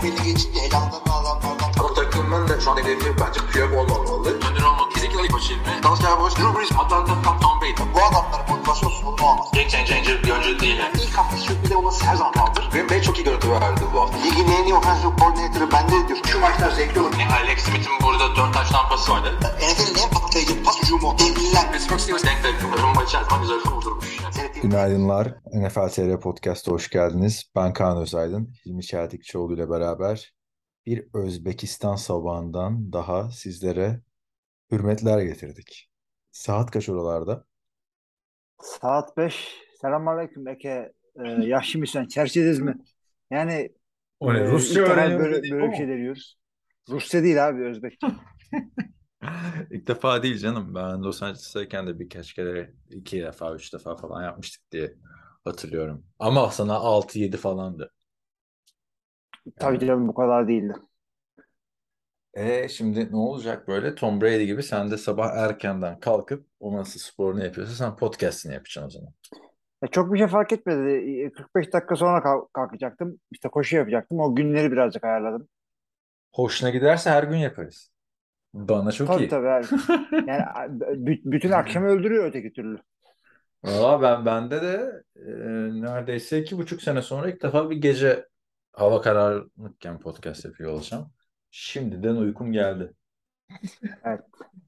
belli geçince elamdan adamlardan. Ama takımın da şu an hedefi bence Piyok olmamalı. Önder olmak kesinlikle ilk başı ilmi. Dalsya Boş, Drew Brees, Atlanta, Tom Brady. Bu adamların motivasyon sorunu olmaz. Game changer bir oyuncu değil. Yani. İlk hafta sürpriz olması her zaman kaldır. Green Bay çok iyi görüntü verdi bu hafta. Ligin en iyi offensive coordinator'ı bende diyor. Şu maçlar zevkli olur. Alex Smith'in burada 4 taş tampası vardı. NFL'in en patlayıcı pas hücumu. Devliler. Pittsburgh Steelers denk denk. Rumba içerisinde güzel kurdurmuş. Günaydınlar. NFL TR Podcast'a hoş geldiniz. Ben Kaan Özaydın. Hilmi Çeltikçioğlu ile beraber bir Özbekistan sabahından daha sizlere hürmetler getirdik. Saat kaç oralarda? Saat 5. Selamünaleyküm Eke. Yaşlı mısın? Çerçediniz mi? Yani O ne? ilk Rusça defa öğreniyorum böyle dediğim bir o şey mu? deniyoruz. Rusça değil abi, Özbekçe. İlk defa değil canım. Ben Los Angeles'tayken de birkaç kere, 2 defa, 3 defa falan yapmıştık diye hatırlıyorum. Ama sana 6-7 falandı. Tabii Yani. canım, bu kadar değildi. Şimdi ne olacak böyle? Tom Brady gibi sen de sabah erkenden kalkıp o nasıl sporunu yapıyorsa sen podcast'ini yapacaksın o zaman. Çok bir şey fark etmedi. 45 dakika sonra kalkacaktım. İşte koşu yapacaktım. O günleri birazcık ayarladım. Hoşuna giderse her gün yaparız. Bana çok Tabii iyi. tabii. Yani bütün akşamı öldürüyor öteki türlü. Valla bende de neredeyse 2,5 sene sonra ilk defa bir gece hava karanlıkken podcast yapıyor olacağım. Şimdiden uykum geldi. Evet.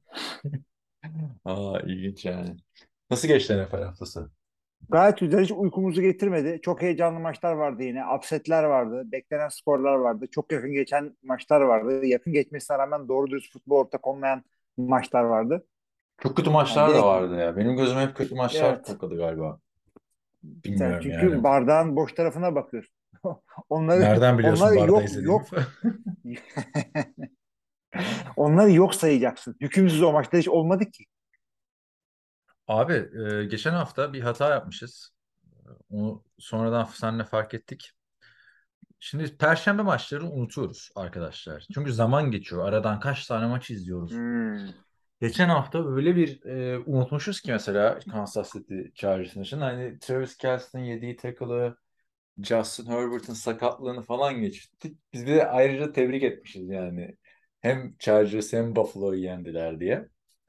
İlginç yani. Nasıl geçti NFL haftası? Gayet güzel, hiç uykumuzu getirmedi. Çok heyecanlı maçlar vardı yine. Upsetler vardı. Beklenen skorlar vardı. Çok yakın geçen maçlar vardı. Yakın geçmesine rağmen doğru dürüst futbol ortak olmayan maçlar vardı. Çok kötü Yani maçlar da direkt, vardı ya. Benim gözüme hep kötü maçlar evet. takıldı galiba. Sen Bilmiyorum çünkü yani. bardağın boş tarafına bakıyorsun. Onları Nereden biliyorsun onları barda yok izlediğimi? yok onları yok sayacaksın. Hükümsüz o maçta hiç olmadı ki. Abi geçen hafta bir hata yapmışız. Onu sonradan seninle fark ettik. Şimdi Perşembe maçları unutuyoruz arkadaşlar. Çünkü zaman geçiyor. Aradan kaç tane maç izliyoruz. Hmm. Geçen hafta öyle bir unutmuşuz ki mesela Kansas City Chargers maçını. Hani Travis Kelce'nin yediği tackle'ı, Justin Herbert'ın sakatlığını falan geçtik. Biz bir de ayrıca tebrik etmişiz yani. Hem Chargers hem Buffalo'yu yendiler diye.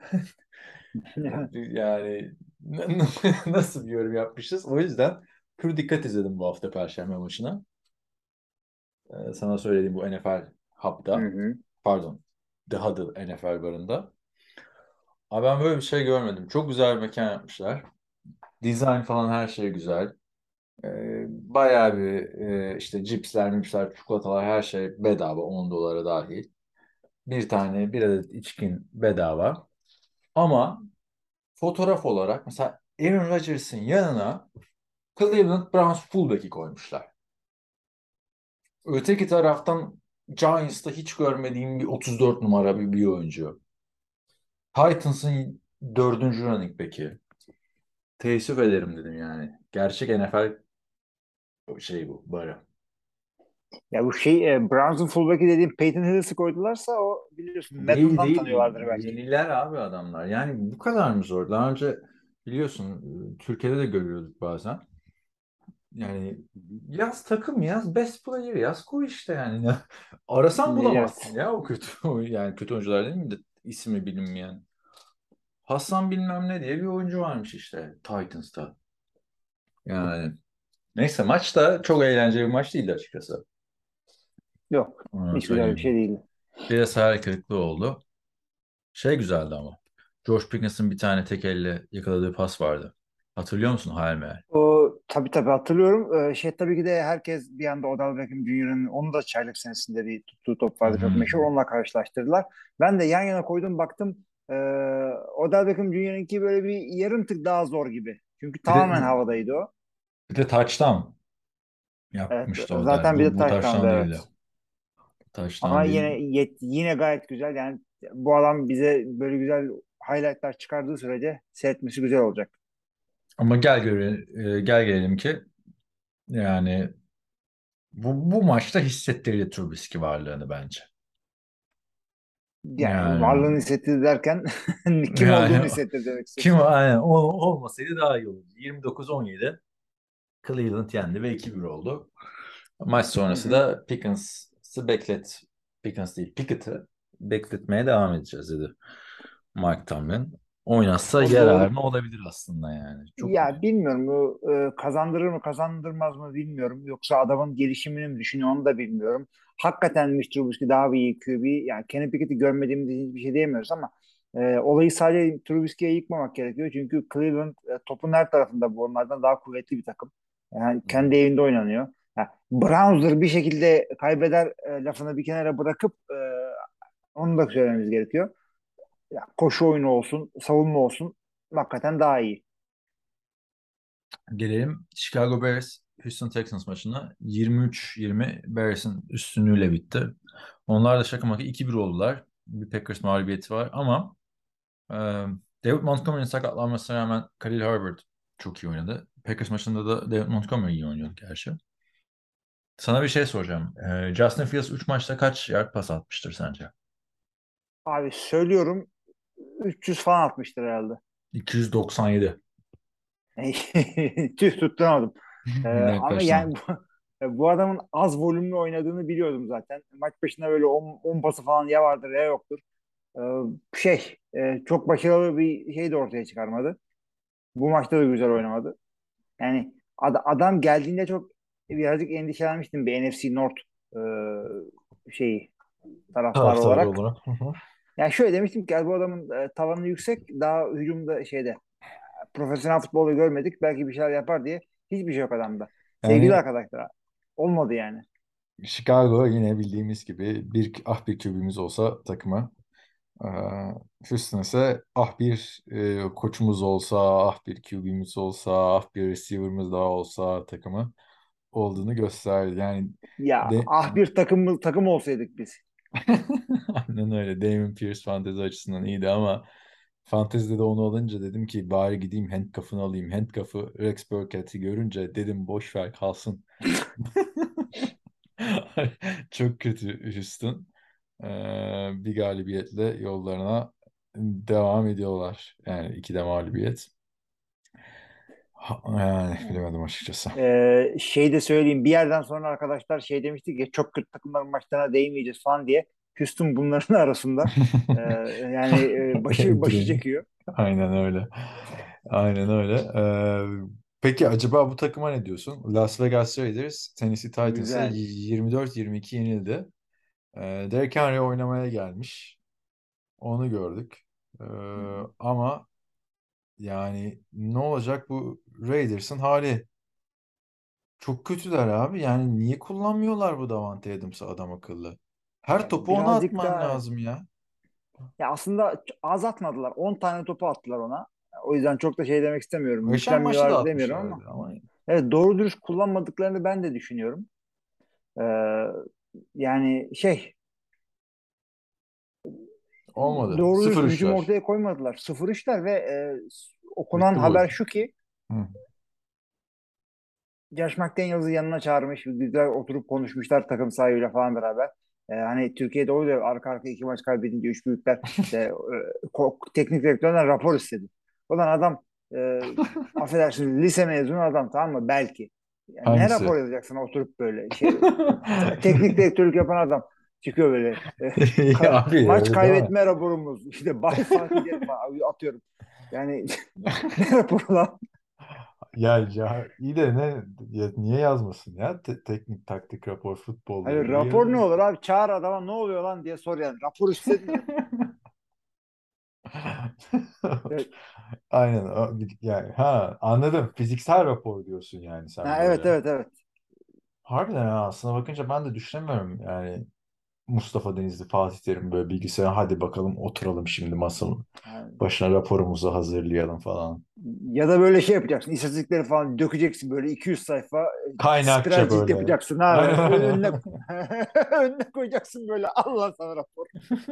Yani nasıl bir yorum yapmışız? O yüzden pür dikkat izledim bu hafta Perşembe maçına. Sana söylediğim bu NFL Hı Hub'da, hı. pardon, The Huddle NFL barında. Abi ben böyle bir şey görmedim. Çok güzel bir mekan yapmışlar. Design falan her şey güzel. Bayağı bir işte cipsler, mipsler, çikolatalar her şey bedava, 10 dolara dahil. Bir adet içkin bedava. Ama fotoğraf olarak mesela Aaron Rodgers'ın yanına Cleveland Browns fullback'i koymuşlar. Öteki taraftan Giants'ta hiç görmediğim bir 34 numara bir oyuncu. Titans'ın 4. running back'i. Teessüf ederim dedim yani. Gerçek NFL bu bara. Ya bu Browns'un fullback'i dediğim Peyton Hillis'i koydularsa o biliyorsun Değil Madden'dan değil. tanıyorlardır belki. Yeniler abi adamlar. Yani bu kadar mı zor? Daha önce biliyorsun Türkiye'de de görüyorduk bazen. Yani yaz takım yaz best player yaz koy işte yani. Arasan bulamazsın Evet. ya o kötü yani kötü oyuncular değil mi de ismi bilinmeyen. Hasan bilmem ne diye bir oyuncu varmış işte Titans'ta. Yani neyse maç da çok eğlenceli bir maç değildi açıkçası. Yok. Onu Hiç güzel bir şey söyleyeyim. değildi. Biraz hayal kırıklığı oldu. Şey güzeldi ama. George Pickens'ın bir tane tek elle yakaladığı pas vardı. Hatırlıyor musun hayal meyal? O tabii hatırlıyorum. Tabii ki de herkes bir anda Odell Beckham Jr.'ın onu da çaylak senesinde bir tuttuğu top vardı, çok meşhur. Hmm. Onunla karşılaştırdılar. Ben de yan yana koydum baktım. Odell Beckham Jr.'ınki böyle bir yarım tık daha zor gibi. Çünkü Bir de tamamen havadaydı o. touchdown Evet. yapmıştı o da. Zaten bir de Bu touchdown'dı, touchdown değildi. evet. Touchdown Ama değil. yine gayet güzel. Yani bu adam bize böyle güzel highlightlar çıkardığı sürece seyretmesi güzel olacak. Ama gel gelelim ki yani bu maçta hissettirdi Trubisky varlığını bence. Yani Yani varlığını hissettirdi derken kim olduğunu yani hissettirdi demek kim istiyorsun. aynen olmasaydı daha iyi olurdu. 29-17 Cleveland yendi ve 2-1 oldu. Maç Hı sonrası hı. da Pickens Pickens değil, Pickett'ı bekletmeye devam edeceğiz dedi Mike Tomlin. Oynatsa O doğru. yararına olabilir aslında yani. Çok Ya bilmiyorum, bu kazandırır mı kazandırmaz mı bilmiyorum. Yoksa adamın gelişimini mi düşünüyor onu da bilmiyorum. Hakikaten Mitch Trubisky daha bir iyi QB. Yani Kenny Pickett'i görmediğimiz için hiçbir şey diyemiyoruz ama olayı sadece Trubisky'ye yıkmamak gerekiyor. Çünkü Cleveland topun her tarafında bu onlardan daha kuvvetli bir takım. Yani kendi evinde oynanıyor. Ha, Browns'dır bir şekilde kaybeder lafını bir kenara bırakıp onu da söylememiz gerekiyor. Ya, koşu oyunu olsun, savunma olsun hakikaten daha iyi. Gelelim Chicago Bears Houston Texans maçına. 23-20 Bears'in üstünlüğüyle bitti. Onlar da şaka maka 2-1 oldular. Bir Packers mağlubiyeti var ama e, David Montgomery'nin sakatlanmasına rağmen Khalil Herbert çok iyi oynadı. Packers maçında da David Montgomery iyi oynuyordu gerçi. Sana bir şey soracağım. Justin Fields 3 maçta kaç yard pas atmıştır sence? Abi söylüyorum, 300 falan atmıştır herhalde. 297. Tüh, tutturamadım. Ama yani Yaklaştım. bu adamın az volümlü oynadığını biliyordum zaten. Maç başına böyle 10 pası falan ya vardır ya yoktur. Ee, çok başarılı bir şey de ortaya çıkarmadı. Bu maçta da güzel oynamadı. Yani adam geldiğinde çok birazcık endişelenmiştim bir NFC North şeyi taraftarı Taraftarı olarak. olarak. Hı hı. Yani şöyle demiştim ki bu adamın tavanı yüksek, daha hücumda profesyonel futbolda görmedik. Belki bir şeyler yapar diye. Hiçbir şey yok adamda. Sevgili Yani arkadaşlar. Olmadı yani. Chicago yine bildiğimiz gibi bir kübümüz olsa takımı. Ee, Houston ise bir koçumuz olsa, bir QB'miz olsa, bir receiver'ımız daha olsa takımı olduğunu gösterdi. Yani Ya de bir takım olsaydık biz. aynen öyle. Damon Pierce fantezi açısından iyiydi ama fantezide de onu alınca dedim ki bari gideyim handcuff'ını alayım. Handcuff'ı Rex Burkhead'i görünce dedim boş ver kalsın. Çok kötü Houston. Bir galibiyetle yollarına devam ediyorlar. Yani iki de mağlubiyet. Yani bilemedim açıkçası. De söyleyeyim, bir yerden sonra arkadaşlar demiştik ya, çok kötü takımların maçlarına değmeyeceğiz falan diye. Houston bunların arasında. Yani başı Dream. çekiyor. Aynen öyle. Aynen öyle. Peki acaba bu takıma ne diyorsun? Las Vegas Raiders Tennessee Titans'a Güzel. 24-22 yenildi. Derrick Henry oynamaya gelmiş. Onu gördük. Ee, ama yani ne olacak bu Raiders'ın hali? Çok kötüler abi. Yani niye kullanmıyorlar bu Davante Adams'ı adam akıllı? Her topu ona Birazcık atman daha, lazım ya. ya aslında az atmadılar. 10 tane topu attılar ona. O yüzden çok da demek istemiyorum. Geçen maçta da Yüklenmiyorlar demiyorum ama atmışlardı ama evet, doğru dürüst kullanmadıklarını ben de düşünüyorum. Ee, yani olmadı. doğru dürüst Sıfır hücum üçler. ortaya koymadılar. Sıfır işler ve okunan Bitti bu haber iş. şu ki Hı. Josh McDaniels'ı yanına çağırmış. Güzel oturup konuşmuşlar takım sahibiyle falan beraber. Hani Türkiye'de oluyor, arka arka iki maç kaybedince üç büyükler teknik direktörden rapor istedi. Ulan adam e, affedersiniz, lise mezunu adam, tamam mı? Belki. Yani ne Hangisi? rapor yazacaksın oturup böyle teknik direktörlük yapan adam çıkıyor böyle. Abi Maç öyle deme. kaybetme raporumuz. İşte Bay Fatih Terim falan atıyorum. Yani ne raporu lan? Ya iyi de niye yazmasın ya? Teknik taktik rapor futbolla Hani ilgili rapor ne yazıyor. olur abi? Çağır adama, ne oluyor lan diye sor yani. Rapor istedin mi? Evet. Aynen. Yani anladım. Fiziksel rapor diyorsun yani sen Ha, evet böyle. evet evet. Harbiden aslına bakınca ben de düşünemiyorum yani Mustafa Denizli, Fatih Terim böyle bilgisayara hadi bakalım oturalım şimdi masanın Yani, başına raporumuzu hazırlayalım falan. ya da böyle yapacaksın. İstatistikleri falan dökeceksin, böyle 200 sayfa spiral Kaynakça cilt böyle. yapacaksın ha. Aynen Önüne aynen. önüne koyacaksın böyle. Allah sana rapor.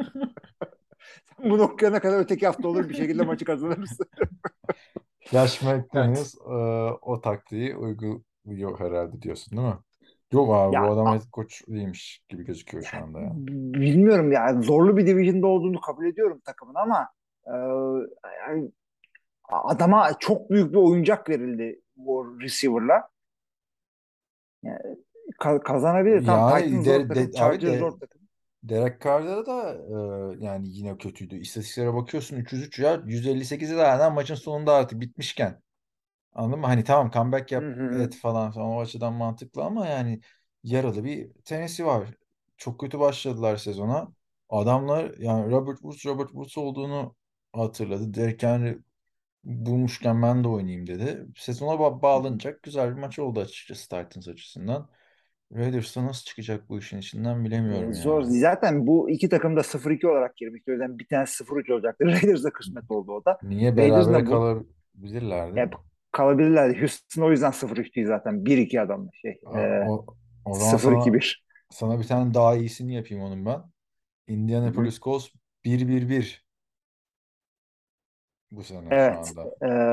Bunu okuyana kadar öteki hafta olur, bir şekilde maçı kazanırız. Yaş Evet. McDaniels o taktiği uyguluyor herhalde diyorsun değil mi? Yok abi bu Ya adam head coach değilmiş gibi gözüküyor şu anda ya. bilmiyorum ya, zorlu bir division'da olduğunu kabul ediyorum takımın ama e, yani adama çok büyük bir oyuncak verildi bu receiver'la. Yani Kazanabilir. Tamam, Yani Titans zor takım. abi Chargers zor takım. Derek Carr'da da yani yine kötüydü. İstatistiklere bakıyorsun 303 ya 158'e dayanan maçın sonunda artık bitmişken. Anladın mı? Hani tamam comeback Hı yap hı hı. et falan o açıdan mantıklı ama yani yaralı bir tenisi var. Çok kötü başladılar sezona. Adamlar yani Robert Woods olduğunu hatırladı. Derrick Henry bulmuşken ben de oynayayım dedi. Sezona bağlanacak güzel bir maç oldu açıkçası Titans açısından. Raiders'ta nasıl çıkacak bu işin içinden bilemiyorum Zor. ya. Zaten bu iki takım da 0-2 olarak girmişti. O yüzden bir tanesi 0-3 olacaktı. Raiders'da kısmet oldu o da. Niye Raiders'ın berabere da bu kalabilirlerdi? hep kalabilirlerdi. Houston o yüzden 0-3 değil zaten. 1-2 adamla O zaman 0-2-1. sana bir tane daha iyisini yapayım onun ben. Hı hı. Indianapolis Colts 1-1-1 bu sene şu Evet. anda.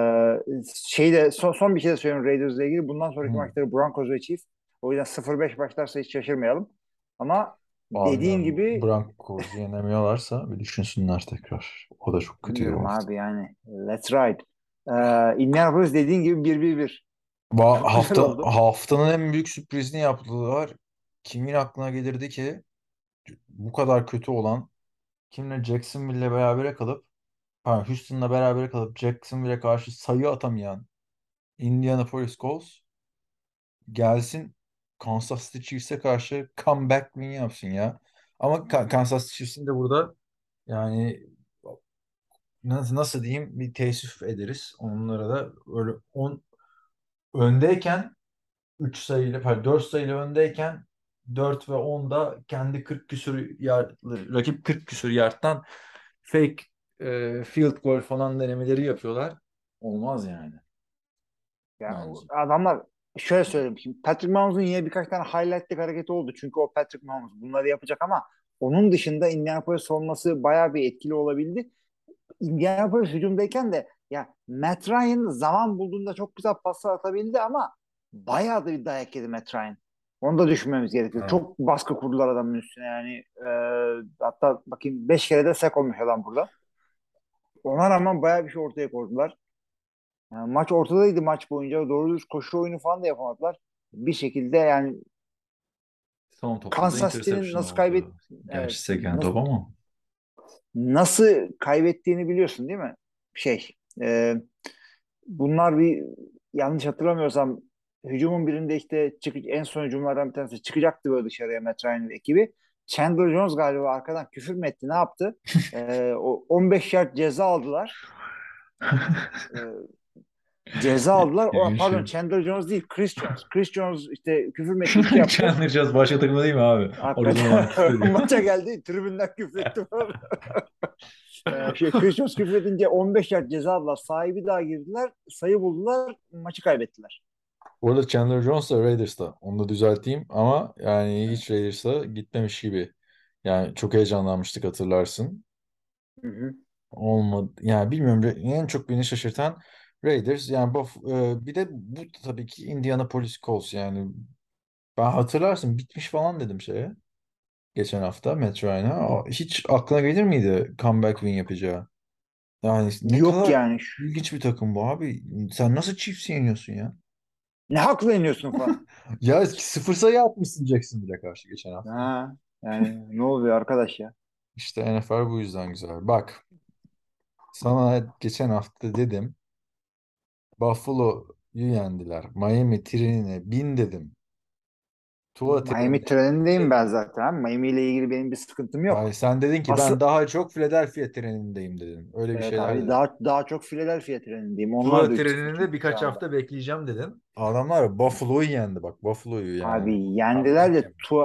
Son bir şey de söyleyeyim Raiders'la ilgili. Bundan sonraki Hı. maçları Broncos ve Chiefs. O yüzden 0-5 başlarsa hiç şaşırmayalım. Ama Abi dediğin yani gibi Broncos'u yenemiyorlarsa bir düşünsünler tekrar. O da çok kötüydü bu bilmiyorum hafta. abi yani. Let's ride. Indianapolis dediğin gibi 1-1-1. Çok güzel oldu. Haftanın en büyük sürprizini yaptılar. Kimin aklına gelirdi ki bu kadar kötü olan kimle Jacksonville'le berabere kalıp Houston'la berabere kalıp Jacksonville'e karşı sayı atamayan Indianapolis Colts gelsin Kansas City Chiefs'e karşı comeback win yapsın ya. Ama Kansas City Chiefs'in de burada yani nasıl diyeyim bir teessüf ederiz. Onlara da öyle öndeyken 3 sayıyla 4 sayıyla öndeyken 4 ve 10'da kendi 40 küsur rakip 40 küsur yardtan fake field goal falan denemeleri yapıyorlar. Olmaz yani Ya bence. adamlar şöyle söyleyeyim şimdi Patrick Mahomes'un yine birkaç tane highlight'lık hareketi oldu. Çünkü o Patrick Mahomes bunları yapacak ama onun dışında Indianapolis olması bayağı bir etkili olabildi. Indianapolis hücumdayken de ya Matt Ryan zaman bulduğunda çok güzel paslar atabildi ama bayağı da bir dayak yedi Matt Ryan. Onu da düşünmemiz gerekiyor. Evet. Çok baskı kurdular adamın üstüne yani. Hatta bakayım 5 kere de sek olmuş adam burada. Ona rağmen bayağı bir şey ortaya koydular. Yani maç ortadaydı maç boyunca. Doğru düz koşu oyunu falan da yapamadılar. Bir şekilde yani Son topta da Kansas City'nin interception nasıl kaybet oldu. evet, Gerçi seken top ama. nasıl kaybettiğini biliyorsun değil mi? Şey, e, bunlar bir yanlış hatırlamıyorsam hücumun birinde işte en son hücumlardan bir tanesi çıkacaktı böyle dışarıya Matt Ryan'ın ekibi. Chandler Jones galiba arkadan küfür mü etti ne yaptı? O 15 yard ceza aldılar. E, Ceza aldılar. Pardon İlginçti. Chandler Jones değil Chris Jones. Chris Jones işte küfür mü etti bir şey yaptı. Chandler Jones başka takımda değil mi abi? Orada Hakikaten bana küfür ediyor. maça geldi tribünden küfretti falan. Chris Jones küfredince 15 yard ceza aldılar. Sahibi daha girdiler. Sayı buldular. Maçı kaybettiler. Orada Chandler Jones da Raiders'ta. Onu da düzelteyim ama yani Evet. hiç Raiders'a gitmemiş gibi. Yani çok heyecanlanmıştık hatırlarsın. Hı hı. Olmadı. Yani bilmiyorum en çok beni şaşırtan Raiders. Yani bir de bu tabii ki Indianapolis Colts yani. Ben hatırlarsın bitmiş falan dedim şeye. Geçen hafta Matt Ryan'a. Hiç aklına gelir miydi comeback win yapacağı? Yani ne Yok kadar yani. ilginç bir takım bu abi. Sen nasıl Chiefs'i yeniyorsun ya? Ne hakla iniyorsun falan. Ya 0 sayı atmışsın Jacksonville'e karşı geçen hafta. Ha, yani ne oluyor arkadaş ya? İşte NFL bu yüzden güzel. Bak sana geçen hafta dedim Buffalo'yu yendiler. Miami trenine bin dedim. Tua Miami trenine bin trenindeyim ben dedim. zaten. Miami ile ilgili benim bir sıkıntım Hayır, yok. sen dedin ki Asıl ben daha çok Philadelphia trenindeyim dedin. Öyle bir evet şeyler abi dedin. daha çok Philadelphia trenindeyim. Onlar Tua da 3-0 treninde çünkü şu birkaç anda. hafta bekleyeceğim dedin. Adamlar Buffalo'yu yendi bak. Buffalo'yu yani. Abi yendiler Comeback de yapmış.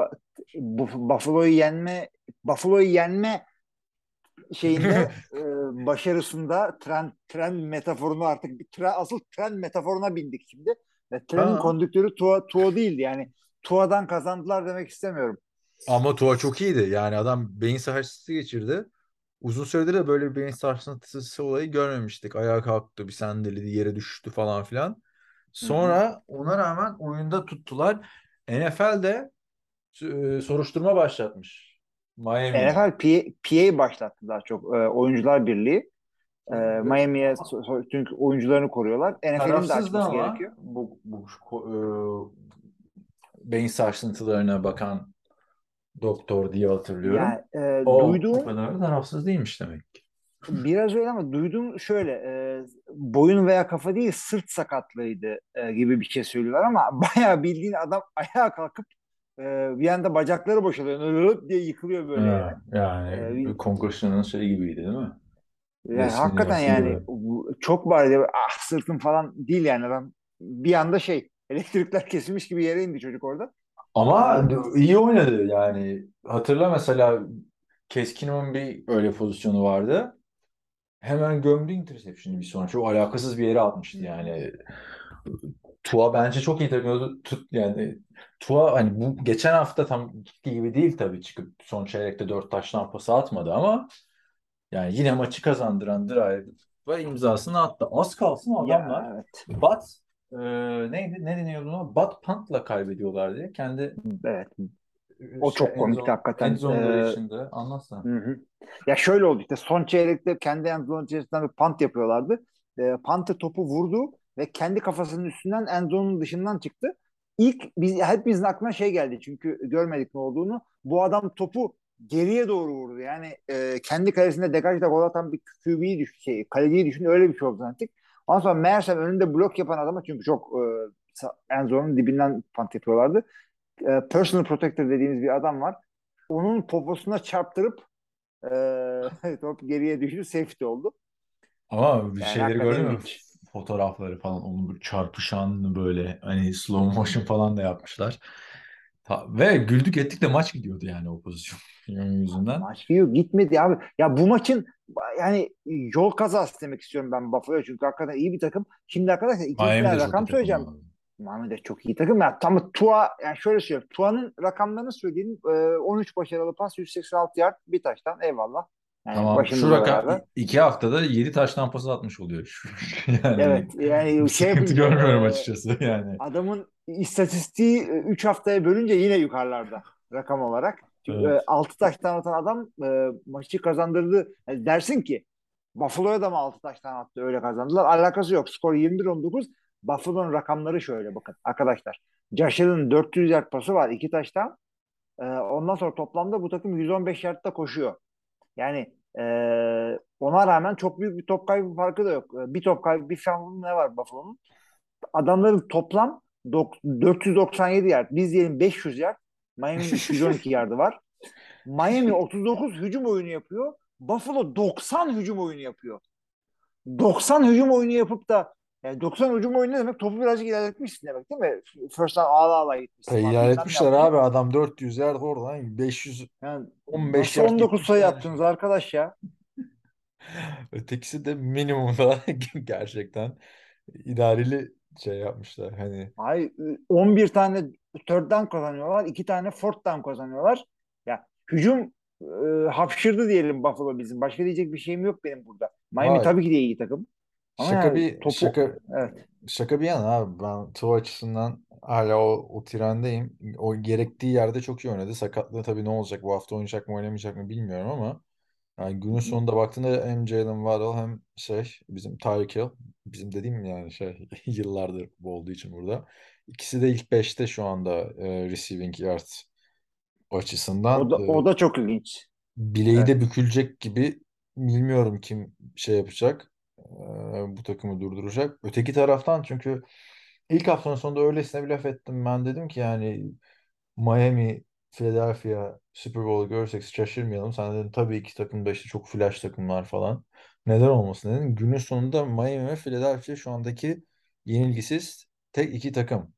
Buffalo'yu yenme şeyinde başarısında tren metaforunu artık asıl tren metaforuna bindik şimdi. Ve trenin Ha. kondüktörü Tua değildi. Yani Tua'dan kazandılar demek istemiyorum. Ama Tua çok iyiydi. Yani adam beyin sarsıntısı geçirdi. Uzun süredir de böyle bir beyin sarsıntısı olayı görmemiştik. Ayağa kalktı, bir sendeledi, yere düştü falan filan. Hı hı. Sonra ona rağmen oyunda tuttular. NFL'de soruşturma başlatmış Miami'ye. NFL PA başlattı daha çok Oyuncular Birliği. Miami'ye Ama çünkü oyuncularını koruyorlar. NFL'in de tarafsızdı açması ama gerekiyor. beyin sarsıntılarına bakan doktor diye hatırlıyorum. Yani O duyduğum kadar da tarafsız değilmiş demek ki. biraz öyle ama duyduğum şöyle boyun veya kafa değil sırt sakatlığıydı gibi bir şey söylüyorlar ama bayağı bildiğin adam ayağa kalkıp bir anda bacakları boşalıyor. Öyle diye yıkılıyor böyle yani. Ha, yani E, Concussion'ın şey gibiydi değil mi? Yani Les hakikaten Miller'sı gibi. yani çok bariz ah sırtım falan değil yani adam bir anda elektrikler kesilmiş gibi yere indi çocuk orada. Ama Aa, iyi oynadı yani. Hatırla mesela Keskin'in bir öyle pozisyonu vardı. Hemen gömdü interception'ı bir sonra. Çok alakasız bir yere atmıştı yani. Tua bence çok iyi takıyordu. Yani Tua hani bu geçen hafta tam gittiği gibi değil tabii çıkıp son çeyrekte 4 taştan pası atmadı ama yani yine maçı kazandıran drive ve imzasını attı. Az kalsın ya adamlar evet Bat neydi? Ne deniyordu ona? Bat punt'la kaybediyorlar diye. Kendi evet o çok komikti end hakikaten. zone'ları içinde. Anlatsana. Hı hı. Ya şöyle oldu işte son çeyrekte kendi end zone içerisinden bir punt yapıyorlardı. Punter topu vurdu ve kendi kafasının üstünden end zone'un dışından çıktı. İlk hepimizin aklına şey geldi çünkü görmedik ne olduğunu. Bu adam topu geriye doğru vurdu. Yani kendi kalesinde degajla gol atan bir QB'yi düşün, kaleciyi düşün öyle bir şey oldu zannettik. Ondan sonra meğersem önünde blok yapan adama çünkü çok end zone'un dibinden punt yapıyorlardı. Personal protector dediğimiz bir adam var. Onun poposuna çarptırıp top geriye düştü. Safety oldu. Ama bir Yani şeyleri hakikaten gördün mü? ilginç. Fotoğrafları falan onun böyle çarpışan böyle hani slow motion falan da yapmışlar. Ve güldük ettik de maç gidiyordu yani o pozisyon yüzünden. Maç yiyor gitmedi abi. Ya bu maçın yani yol kazası demek istiyorum ben Buffalo'ya. Çünkü hakikaten iyi bir takım. Şimdi arkadaşlar iki Miami tane de çok iyi rakam takım söyleyeceğim. abi. Miami de çok iyi takım. Ya tam Tua yani şöyle söyleyeyim. Tua'nın rakamlarını söyleyeyim. 13 başarılı pas, 186 yard, bir taştan. Eyvallah. Yani Tamam şu başımızla rakam beraber. 2 haftada 7 taştan pas atmış oluyor. Yani Evet bir yani şey sıkıntı yapınca görmüyorum açıkçası yani. adamın istatistiği 3 haftaya bölünce yine yukarılarda rakam olarak. Çünkü Evet. 6 taştan atan adam maçı kazandırdı. Yani dersin ki Buffalo'ya da mı 6 taştan attı öyle kazandılar. Alakası yok. Skor 21-19. Buffalo'nun rakamları şöyle bakın arkadaşlar. Josh Allen'ın 400 yard pası var 2 taştan. Ondan sonra toplamda bu takım 115 yardta koşuyor. Yani ona rağmen çok büyük bir top kaybı farkı da yok. Bir top kaybı, bir fumble ne var Buffalo'nun? Adamların toplam 497 yard. Biz diyelim 500 yard. Miami'nin 212 yardı var. Miami 39 hücum oyunu yapıyor. Buffalo 90 hücum oyunu yapıyor. 90 hücum oyunu yapıp da yani 90 hücum oyunu ne demek? Topu birazcık ilerletmişsin demek değil mi? First down ağla ağla gitmişsin falan bilmem ne İlerletmişler yapmışsın. abi, adam 400 yard oradan 515 Yani nasıl yard 19 gitmiş sayı yani. attınız arkadaş ya? Ötekisi de minimumda gerçekten idareli şey yapmışlar. Hani Ay 11 tane third down kazanıyorlar. 2 tane fourth down kazanıyorlar. Ya hücum hapşırdı diyelim Buffalo bizim. Başka diyecek bir şeyim yok benim burada. Miami ama tabii ki de iyi takım. Ama şaka yani bir topu şaka evet. şaka bir yana abi, ben Tua açısından hala o trendeyim. O gerektiği yerde çok iyi oynadı. Sakatlığı tabii ne olacak, bu hafta oynayacak mı oynamayacak mı bilmiyorum ama yani Hı günün hı. sonunda baktığında hem Jalen Waddle hem bizim Tyreek Hill, bizim dediğim yani yıllardır bu olduğu için burada. İkisi de ilk beşte şu anda receiving yard açısından. O da çok ilginç. Bileği Evet. de bükülecek gibi, bilmiyorum kim şey yapacak, bu takımı durduracak. Öteki taraftan çünkü ilk haftanın sonunda öylesine bir laf ettim, ben dedim ki yani Miami, Philadelphia Super Bowl görürsek şaşırmayalım. Sen dedin tabii iki takım da işte çok flash takımlar falan. Neden olmasın dedin. Günün sonunda Miami ve Philadelphia şu andaki yenilgisiz tek iki takım.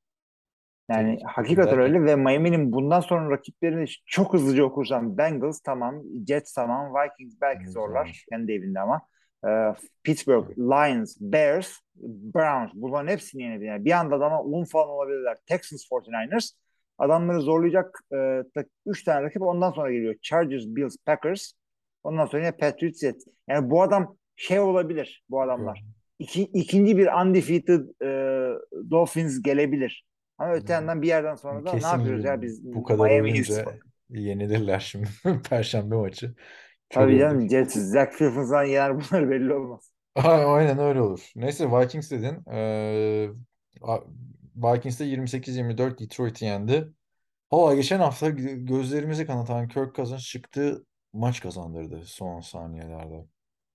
Tek Yani iki takım hakikaten derken öyle ve Miami'nin bundan sonra rakiplerini çok hızlıca okursam Bengals tamam, Jets tamam, Vikings belki zorlar zor. kendi evinde ama Pittsburgh, Lions, Bears, Browns bunların hepsini yenebilir. Yani bir anda da ama 10 falan olabilirler. Texans, 49ers adamları zorlayacak 3 tane rakip ondan sonra geliyor. Chargers, Bills, Packers ondan sonra yine Patriots, Jets. Yani bu adam olabilir bu adamlar. İkinci bir undefeated Dolphins gelebilir. Ama öte yandan bir yerden sonra da ne Kesin yapıyoruz gibi ya biz bu kadar Miami'yiz. oyunca yenilirler şimdi. Perşembe maçı. Çok Tabii canım övdük. Jets, Zach Wilson yener bunlar belli olmaz. Aynen öyle olur. Neyse, Vikings dedin. Vikings de 28-24 Detroit'i yendi. Valla geçen hafta gözlerimizi kanatan Kirk Cousins çıktı, maç kazandırdı son saniyelerde.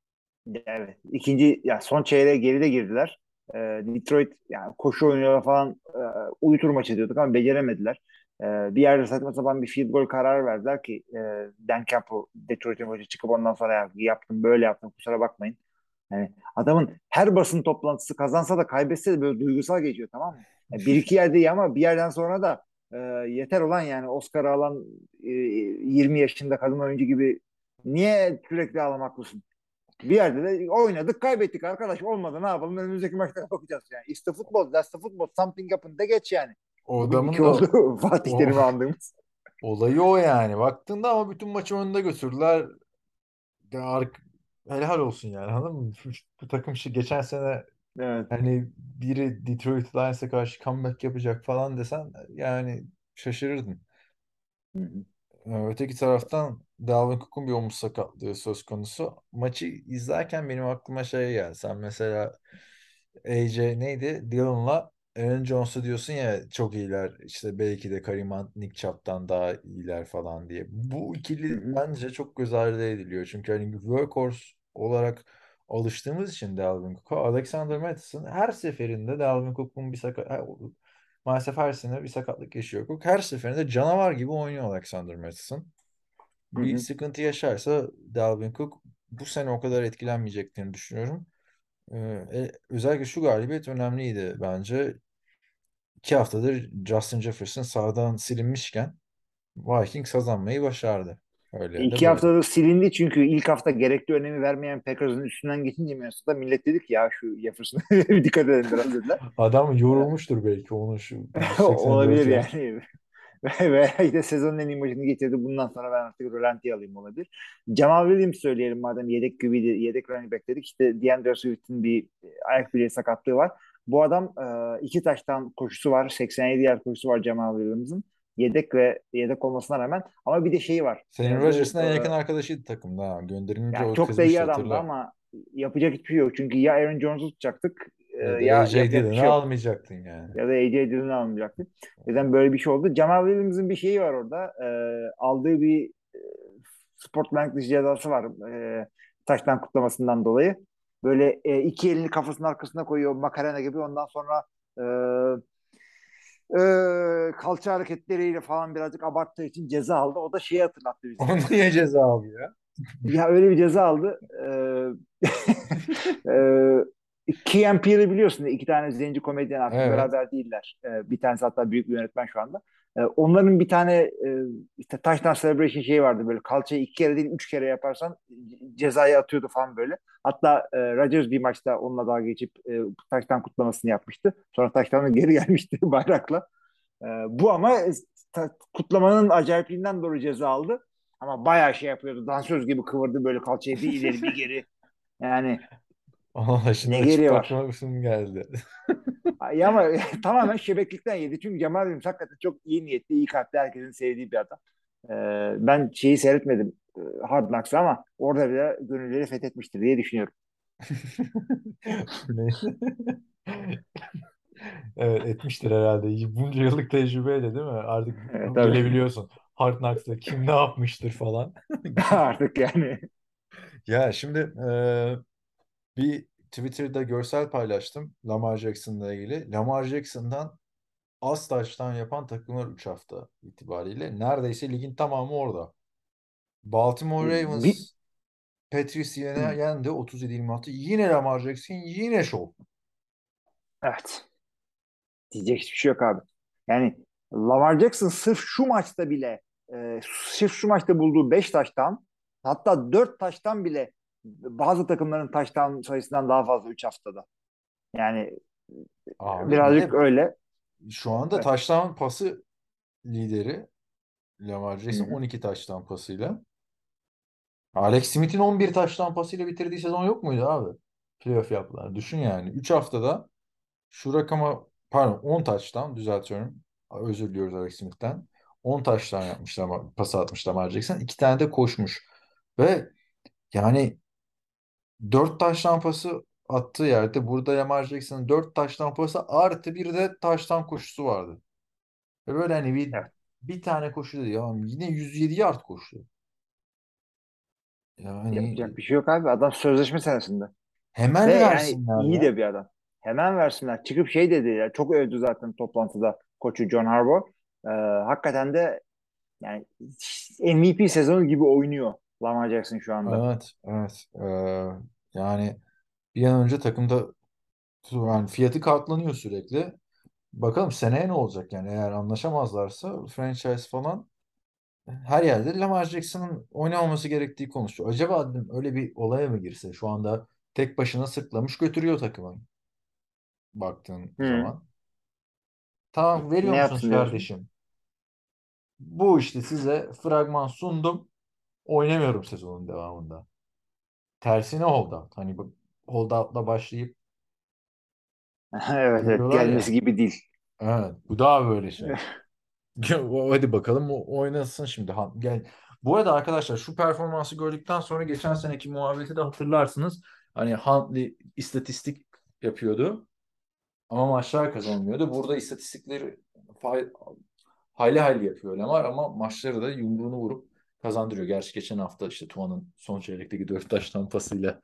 Evet. İkinci ya son çeyreğe geride girdiler. Detroit yani koşu oynuyorlar falan, uyutur maçı diyorduk ama beceremediler. Bir yerde saçma sapan bir field goal kararı verdiler ki Dan Campbell Detroit'in hoca çıkıp ondan sonra ya, yaptım böyle yaptım kusura bakmayın. Yani adamın her basın toplantısı kazansa da kaybetse de böyle duygusal geçiyor, tamam mı? Bir iki yerde iyi ama bir yerden sonra da e, yeter olan yani Oscar'ı alan 20 yaşında kadın oyuncu gibi niye sürekli ağlamaklısın? Bir yerde de oynadık kaybettik arkadaş, olmadı ne yapalım, önümüzdeki maçlara bakacağız yani. It's the football, that's the football, something happened de geç yani. O Bugün adamın iki da oldu Fatih o Terim'i andığımız. olayı o yani. Baktığında ama bütün maçı önünde götürdüler. Ya helal olsun yani, anladın mı? Bu takım geçen sene Evet. hani biri Detroit Lions'a karşı comeback yapacak falan desen yani şaşırırdın. Hı hı. Öteki taraftan Dalvin Cook'un bir omuz sakatlığı söz konusu. Maçı izlerken benim aklıma şey geldi. Sen mesela AJ neydi? Dillon'la Aaron Jones'u diyorsun ya çok iyiler. İşte belki de Kareem Hunt, Nick Chubb'dan daha iyiler falan diye. Bu Hı ikili hı. bence çok göz ardı ediliyor. Çünkü hani workhorse olarak alıştığımız için Dalvin Cook'a, Alexander Mattison her seferinde Dalvin Cook'un bir maalesef her sene bir sakatlık yaşıyor Cook. Her seferinde canavar gibi oynuyor Alexander Mattison. Hı Bir hı. sıkıntı yaşarsa Dalvin Cook bu sene o kadar etkilenmeyeceklerini düşünüyorum. Özellikle şu galibiyet önemliydi bence. 2 haftadır Justin Jefferson sağdan silinmişken Vikings kazanmayı başardı. Öyle ya da İki böyle. haftada silindi çünkü ilk hafta gerekli önemi vermeyen Packers'ın üstünden geçince Minnesota millet dedik ya şu Jefferson'a bir dikkat edin biraz dediler. Adam yorulmuştur belki onun şu 184 Olabilir yard. yani. Ve işte sezonun en iyi maçını getirdi. Bundan sonra ben artık rölantiye alayım olabilir. Jamal Williams söyleyelim madem yedek QB'di, yedek running back dedik. İşte DeAndre Swift'in bir ayak bileği sakatlığı var. Bu adam iki taştan koşusu var. 87 yard koşusu var Jamal Williams'ın. Yedek ve yedek olmasına rağmen. Ama bir de şeyi var. Senin Bu Rodgers'ın en yakın arkadaşıydı takımda. Ha. Gönderilince yani o çok da iyi kızmıştı, adamdı hatırla. ama yapacak hiçbir şey yok. Çünkü ya Aaron Jones'u tutacaktık Ya da ya AJ yapacak bir Dillon'ı şey yok. almayacaktın yani. Ya da AJ Dillon'u almayacaktı. Neden böyle bir şey oldu? Jamal Williams'ın bir şeyi var orada. Aldığı bir sportmenlik dışı cezası var. Taştan kutlamasından dolayı. Böyle iki elini kafasının arkasına koyuyor Macarena gibi. Ondan sonra e, kalça hareketleriyle falan birazcık abarttığı için ceza aldı. O da şeyi hatırlattı bize. Onu niye ceza alıyor? Ya öyle bir ceza aldı. Key and Peele'i biliyorsun. İki tane zenci komedyen artık Evet. beraber değiller. Bir tanesi hatta büyük bir yönetmen şu anda. Onların bir tane işte touchdown celebration şeyi vardı böyle. Kalçayı iki kere değil üç kere yaparsan cezayı atıyordu falan böyle. Hatta Rodgers bir maçta onunla dalga geçip touchdown kutlamasını yapmıştı. Sonra touchdown'a geri gelmişti bayrakla. Bu ama kutlamanın acayipliğinden dolayı ceza aldı. Ama bayağı şey yapıyordu. Dansöz gibi kıvırdı böyle kalçayı bir ileri bir geri. Yani Allah şimdi ne açıp geri var. bakmasım geldi. Ay ama tamamen şebeklikten yedi. Çünkü Cemal Williams hakikaten çok iyi niyetli, iyi kalpli, herkesin sevdiği bir adam. Ben şeyi seyretmedim Hard Knocks'ı ama orada bile gönülleri fethetmiştir diye düşünüyorum. Neyse. Evet, etmiştir herhalde. Bunca yıllık tecrübeyle değil mi? Artık Tabii. bilebiliyorsun. Hard Knocks'ta kim ne yapmıştır falan. Artık yani. Ya şimdi bir Twitter'da görsel paylaştım Lamar Jackson'la ilgili. Lamar Jackson'dan az taştan yapan takımlar 3 hafta itibariyle. Neredeyse ligin tamamı orada. Baltimore Bir, Ravens Patriots'ı yendi 37-26. Yine Lamar Jackson yine şov. evet. Diyecek hiçbir şey yok abi. Yani Lamar Jackson sırf şu maçta bile sırf şu maçta bulduğu 5 taştan hatta 4 taştan bile bazı takımların taştan sayısından daha fazla 3 haftada. Yani Abi bir birazcık de öyle. şu anda Evet. taştan pası lideri Lamar Hı Jackson hı. 12 taştan pasıyla. Alex Smith'in 11 taştan pasıyla bitirdiği sezon yok muydu abi? Playoff yaptılar. Düşün yani. 3 haftada şu rakama, pardon, 10 taştan düzeltiyorum. Özür diliyoruz Alex Smith'ten. 10 taştan yapmışlar, pas atmış Lamar Jackson. 2 tane de koşmuş. Ve yani 4 taş tampası attığı yerde burada Lamar Jackson'ın 4 taştan pası artı bir de taştan koşusu vardı. Ve böyle hani Evet. bir tane koşu dedi ya yine 107 yard koştu. Yani Yapacak bir şey yok abi. Adam sözleşme senesinde. Ve hemen yani versinler iyi ya. de bir adam. Hemen versinler. Çıkıp şey dedi ya. Çok övdü zaten toplantıda koçu John Harbaugh. Hakikaten de yani MVP sezonu gibi oynuyor Lamar Jackson şu anda. Evet, evet. Yani bir an önce takımda yani fiyatı katlanıyor sürekli. Bakalım seneye ne olacak yani eğer anlaşamazlarsa franchise falan her yerde Lamar Jackson'ın oynamaması gerektiği konuşuyor. Acaba dedim öyle bir olaya mı girse şu anda tek başına sırtlamış götürüyor takımı baktığın Hı. zaman. Tamam veriyor Ne musunuz yapsın diyorsun? kardeşim? Bu işte size fragman sundum. Oynamıyorum sezonun devamında. Tersine hold out. Hani bu hold out'la başlayıp Evet, evet, geliyorlar gelmesi ya. gibi değil. Evet, bu daha böyle şey. Hadi bakalım o oynasın şimdi. Gel. Bu arada arkadaşlar şu performansı gördükten sonra geçen seneki muhabbeti de hatırlarsınız. Hani Huntley istatistik yapıyordu ama maçlar kazanmıyordu. Burada istatistikleri fay- hayli hayli yapıyor Lamar ama maçları da yumruğunu vurup kazandırıyor. Gerçi geçen hafta işte Tua'nın son çeyrekteki 4 taş tampasıyla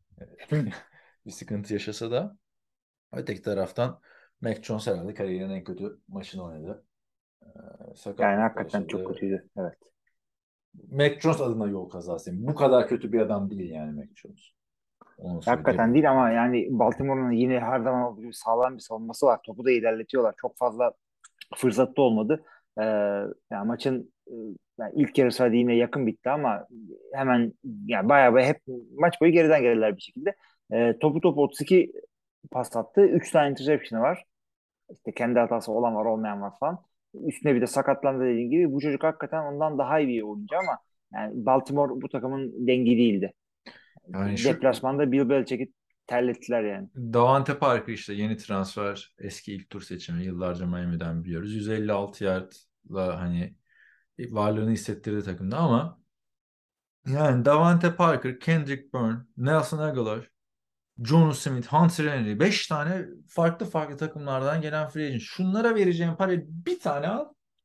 bir sıkıntı yaşasa da öteki taraftan Mac Jones herhalde kariyerinin en kötü maçını oynadı. Yani Sakatlık da hakikaten çok yaşadı. kötüydü. Evet. Mac Jones adına yol kazası. Bu kadar kötü bir adam değil yani Mac Jones. Onu Hakikaten söyleyebilirim değil ama yani. yani Baltimore'un yine her zaman olduğu gibi sağlam bir savunması var. Topu da ilerletiyorlar. Çok fazla fırsat da olmadı. Yani maçın yani ilk yarısı hadi yine yakın bitti ama hemen yani bayağı bayağı hep maç boyu geriden geldiler bir şekilde. Topu 32 pas attı. 3 tane interception'ı var. İşte kendi hatası olan var olmayan var falan. Üstüne bir de sakatlandı dediğin gibi. Bu çocuk hakikaten ondan daha iyi bir oyuncu ama yani Baltimore bu takımın dengi değildi. Yani şu Deplasmanda Bill Belichick'i terlettiler yani. Davante Parker işte yeni transfer eski ilk tur seçimi yıllarca Miami'den biliyoruz. 156 yardla hani varlığını hissettirdi takımda ama yani Davante Parker, Kendrick Bourne, Nelson Aguilar, Jonnu Smith, Hunter Henry 5 tane farklı farklı takımlardan gelen free agent. Şunlara vereceğim parayı bir tane al.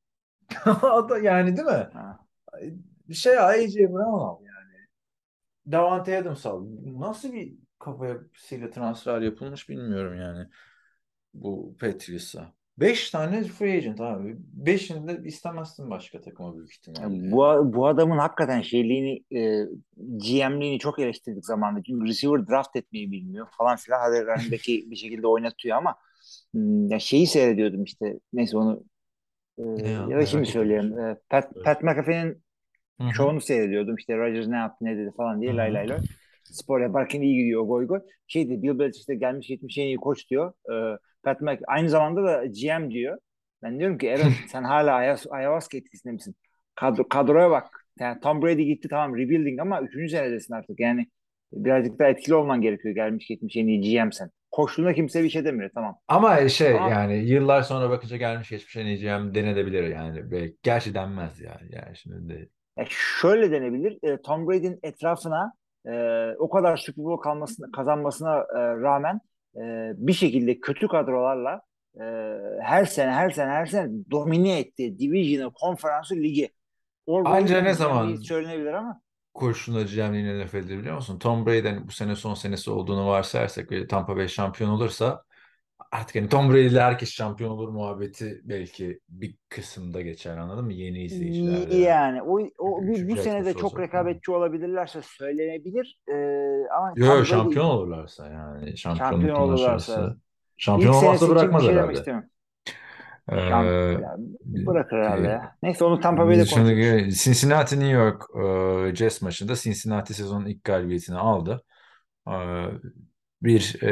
Yani değil mi? Ha. Bir şey A.J. Brown al yani. Davante Adams al. Nasıl bir kafasıyla transfer yapılmış bilmiyorum yani bu Patriots'a. 5 tane free agent abi. Beşini de istemezsin başka takıma büyük ihtimalle yani. Bu adamın hakikaten şeyliğini GM'liğini çok eleştirdik zamanında. Çünkü receiver draft etmeyi bilmiyor falan filan. Hadi running back'i bir şekilde oynatıyor ama ya şeyi seyrediyordum işte. Neyse onu Ne ya ya da şimdi merak ettim söyleyeyim. şimdi. Evet. Pat McAfee'nin Hı hı. şovunu seyrediyordum. İşte Rodgers ne yaptı ne dedi falan Hı diye lay hı. lay lay. Spor yaparken iyi gidiyor goy goy. Şeydi Bill Belichick işte gelmiş geçmiş en iyi koç diyor. Pat Mc aynı zamanda da GM diyor. Ben diyorum ki Aaron sen hala ayahuasca etkisinde misin? Kadroya bak. Yani Tom Brady gitti tamam rebuilding ama 3. senedesin artık. Yani birazcık daha etkili olman gerekiyor. Gelmiş geçmiş en iyi GM sen. Koçluğuna kimse bir şey demiyor tamam. Ama şey Ama yani yıllar sonra bakınca gelmiş geçmiş en iyi GM denedebilir yani. Gerçi denmez ya. Yani şimdi de. şöyle denebilir. Tom Brady'nin etrafına o kadar Super Bowl kazanmasına rağmen bir şekilde kötü kadrolarla e, her sene domine etti. Division'ı, konferansı, ligi. O Anca yüzden ne GM'liği zaman söylenebilir ama kurşunla GM'liğine laf edilir biliyor musun? Tom Brady'nin bu sene son senesi olduğunu varsayarsak ve Tampa Bay şampiyon olursa artık hani Tom Brady'yle herkes şampiyon olur muhabbeti belki bir kısımda geçer anladın mı? Yeni izleyicilerde. yani bu Üçüncü sene de etkisi çok olacak. Hı. rekabetçi olabilirlerse söylenebilir. Ama Yo, yo, Tom Brady şampiyon olurlarsa yani şampiyon şampiyonluktan olurlarsa aşağısı. Şampiyon ilk olmazsa senesi için bir bırakmaz şey demek herhalde. istemiyorum. Ee, Ya, bırakır herhalde ya. Neyse onu Tampa Bay'de Biz konuşuruz. şimdi Cincinnati New York Jets maçında Cincinnati sezonun ilk galibiyetini aldı. Bir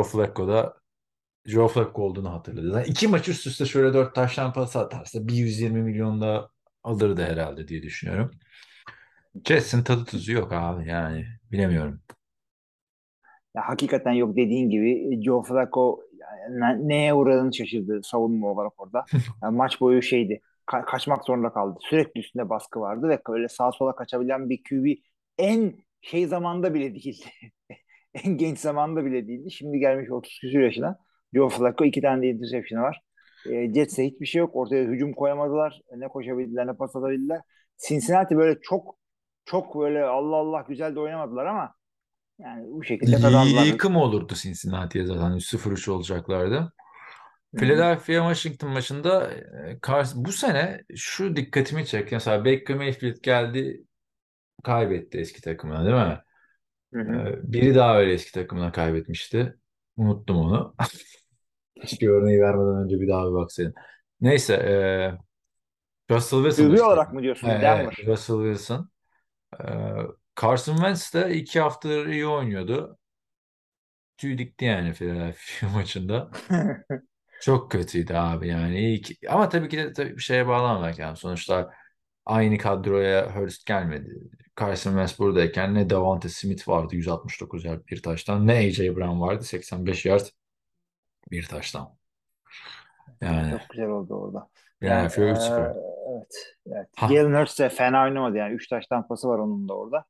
Joe Flacco olduğunu hatırladı. Yani iki maç üst üste şöyle 4 taştan pas atarsa bir 120 milyon da alırdı herhalde diye düşünüyorum. Jets'in tadı tuzu yok abi yani bilemiyorum. Ya, hakikaten yok dediğin gibi Joe Flacco yani neye uğradığını şaşırdı savunma olarak orada. Yani maç boyu şeydi. Kaçmak zorunda kaldı. Sürekli üstünde baskı vardı ve böyle sağa sola kaçabilen bir QB en şey zamanda bile değildi. En genç zamanında bile değildi. Şimdi gelmiş 30 küsur yaşına. Joe Flacco 2 tane de interception'ı var. Jets'e hiçbir şey yok. Ortaya hücum koyamadılar. Ne koşabildiler ne pas atabildiler. Cincinnati böyle çok çok böyle Allah Allah güzel de oynamadılar ama yani bu şekilde kazandılar. Yıkım olurdu Cincinnati'ye zaten 3-0-3 olacaklardı. Hı hı. Philadelphia Washington maçında bu sene şu dikkatimi çekti. Mesela Baker Mayfield geldi, kaybetti eski takımına, değil mi? Hı hı. Biri daha öyle eski takımına kaybetmişti. Unuttum onu. Hiçbir örneği vermeden önce bir daha bir baksaydım. Neyse, Russell Wilson QB işte. olarak mı diyorsun? Evet, Denver. Russell Wilson. E, Carson Wentz de 2 haftadır iyi oynuyordu. Tüy dikti yani Philadelphia maçında. Çok kötüydü abi yani. Ama tabii ki de bir şeye bağlamamak yani. Sonuçta aynı kadroya Hurst gelmedi. Carson Wentz buradayken ne Devonta Smith vardı 169 yard bir taştan, ne A.J. Brown vardı 85 yard bir taştan. Yani Çok güzel oldu orada. Yani Philadelphia 3-0. evet, evet. Ha, Jalen Hurts de fena oynamadı yani. 3 taş tampası var onun da orada.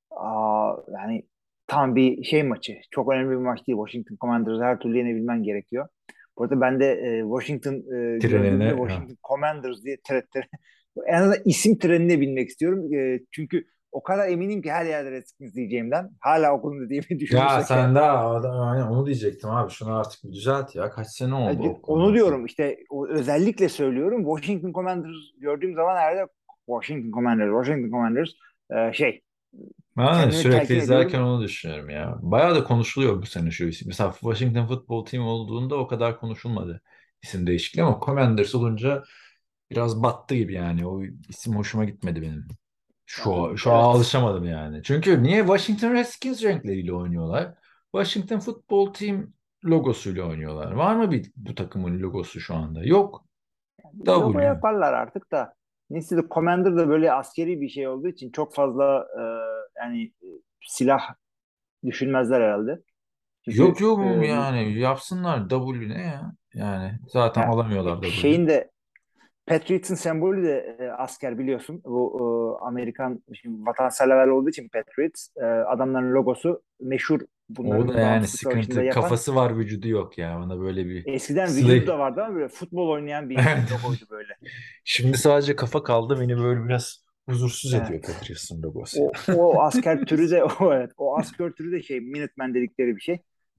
Yani tam bir şey maçı. Çok önemli bir maç değil. Washington Commanders'ı her türlü yenebilmen gerekiyor. Bu arada ben de Washington gördüğümde trenine ha. Washington Commanders diye en azından isim trenine binmek istiyorum. Çünkü o kadar eminim ki her yerde Redskins diyeceğimden. Hala okulunda diye Ya düşünürsek eğer. sen daha aynen onu diyecektim abi. Şunu artık bir düzelt ya. Kaç sene oldu Onu Oakland'da sen? diyorum işte özellikle söylüyorum. Washington Commanders gördüğüm zaman herhalde Washington Commanders şey Ben de kendimi sürekli telkin izlerken ediyorum. onu düşünüyorum ya. Bayağı da konuşuluyor bu sene şu isim. Mesela Washington Football Team olduğunda o kadar konuşulmadı isim değişikliği, ama Commanders olunca biraz battı gibi yani. O isim hoşuma gitmedi benim. Şu an Evet. alışamadım yani. Çünkü niye Washington Redskins renkleriyle oynuyorlar? Washington Football Team logosuyla oynuyorlar. Var mı bu takımın logosu şu anda? Yok. Logo W. yaparlar artık da. Neyse de Commander da böyle askeri bir şey olduğu için çok fazla yani silah düşünmezler herhalde. Yok Çünkü yok yani yapsınlar, W ne ya? Yani zaten ya, alamıyorlar W. şeyin de Patriots'ın sembolü de asker biliyorsun. Bu Amerikan şimdi vatansever olduğu için Patriots adamların logosu meşhur O bunları da yani bağımsızlık savaşında sıkıntı. yapan. Kafası var, vücudu yok ya. Bana böyle bir Eskiden vücudu slay. da vardı ama böyle futbol oynayan bir Evet. logoydu böyle. Şimdi sadece kafa kaldı. Beni böyle biraz huzursuz ediyor Evet. Patriots'ın logosu. O asker türü de evet, o asker türü de şey Minutemen dedikleri bir şey.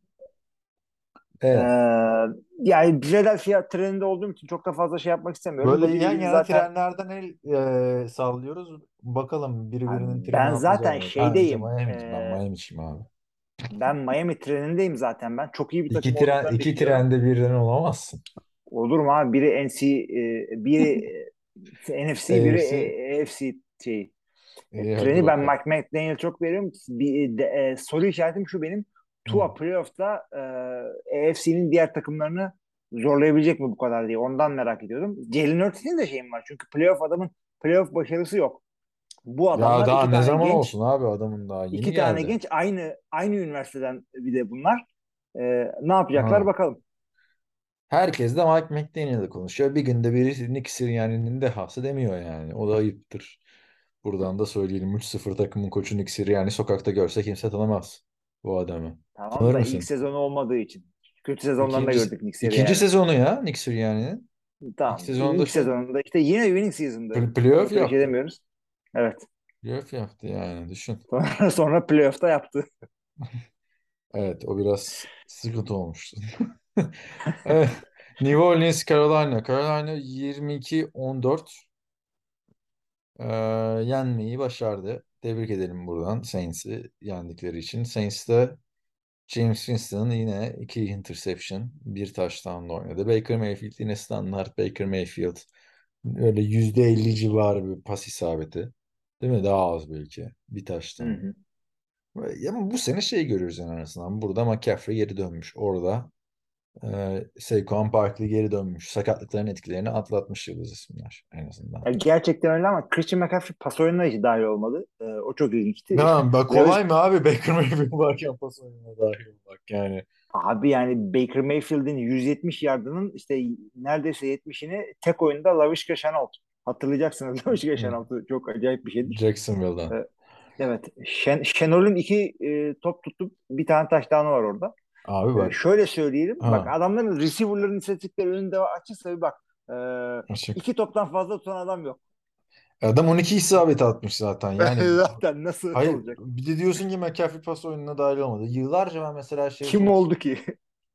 Evet. Ee, Yani Philadelphia treninde olduğum için çok da fazla şey yapmak istemiyorum. Böyle Bu yan division yana zaten trenlerden sallıyoruz. Bakalım biri birinin treni ben zaten atlayacak mı? Ha, işte şeydeyim. Miami'ci. Ben Miami'ciyim abi. Ben Miami trenindeyim zaten ben. Çok iyi bir takım İki tren, olduklarını iki düşünüyorum. trende birden olamazsın. Olur mu abi? Biri biri NFC, biri AFC AFC şeyi. iyi hadi Treni ben bakalım. Mike McDaniel çok veriyorum. Soru işaretim şu benim. Hı. Tua playoff'ta AFC'nin diğer takımlarını zorlayabilecek mi bu kadar diye. Ondan merak ediyordum. Jalen Hurts'in de şeyim var. Çünkü adamın playoff başarısı yok. Bu Ya adamlar daha iki ne tane zaman genç, olsun abi, adamın daha yeni iki tane geldi. genç aynı üniversiteden bir de bunlar. Ne yapacaklar Ha. bakalım. Herkes de Mike McDaniel'ı konuşuyor. Bir günde biri Nick Sirianni'nin dehası demiyor yani. O da ayıptır. Buradan da söyleyelim. 3-0 takımın koçu Nick Sirianni sokakta görse kimse tanımaz bu adamı. Tamam Tanır da ilk mısın? sezonu olmadığı için. Kötü sezonlarında İkinci, gördük Knicks'i ikinci yani. sezonu ya Nick Sirianni'nin. İlk Tamam. sezonunda İlk sezonunda işte yine winning season'dı. playoff Çok da bir şey yaptı. demiyoruz. Evet. Playoff yaptı yani, düşün. Sonra playoff'ta yaptı. Evet, o biraz sıkıntı olmuştu. Evet. New Orleans, Carolina. Carolina 22-14 Ee, yenmeyi başardı. Tebrik edelim buradan Saints'i yendikleri için. Saints de James Winston'ın yine 2 interception, bir touchdown'la oynadı. Baker Mayfield yine standart Baker Mayfield. Öyle %50 civarı bir pas isabeti. Değil mi? Daha az belki. Bir Hı touchdown. hı. Ama bu sene şey görüyoruz en azından. Burada McCaffrey geri dönmüş. Orada Saquon Barkley geri dönmüş. Sakatlıkların etkilerini atlatmış yıldız isimler en azından. Ya gerçekten öyle ama Christian McCaffrey pas oyununa hiç dahil olmadı. O çok ilginçti. Ya bak, Lavish, kolay mı abi Baker Mayfield varken pas oyununa dahil olmak yani. abi yani Baker Mayfield'in 170 yardının işte neredeyse 70'ini tek oyunda Laviska Shenault. Hatırlayacaksınız Laviska Hı. Shenault'u çok acayip bir şeydir. Jacksonville'dan. Evet. Şenol'ün iki top tutup bir tane touchdown'u var orada. Abi bak. Şöyle söyleyelim. Bak, Ha. adamların receiver'ların istatistikleri önünde açıksa bir bak. Açık. İki toptan fazla tutan adam yok. Adam 12 isabet atmış zaten. Yani Zaten nasıl hayır, olacak? bir de diyorsun ki McCaffrey pas oyununa dahil olmadı. Yıllarca ben mesela şey Kim konuştum. oldu ki?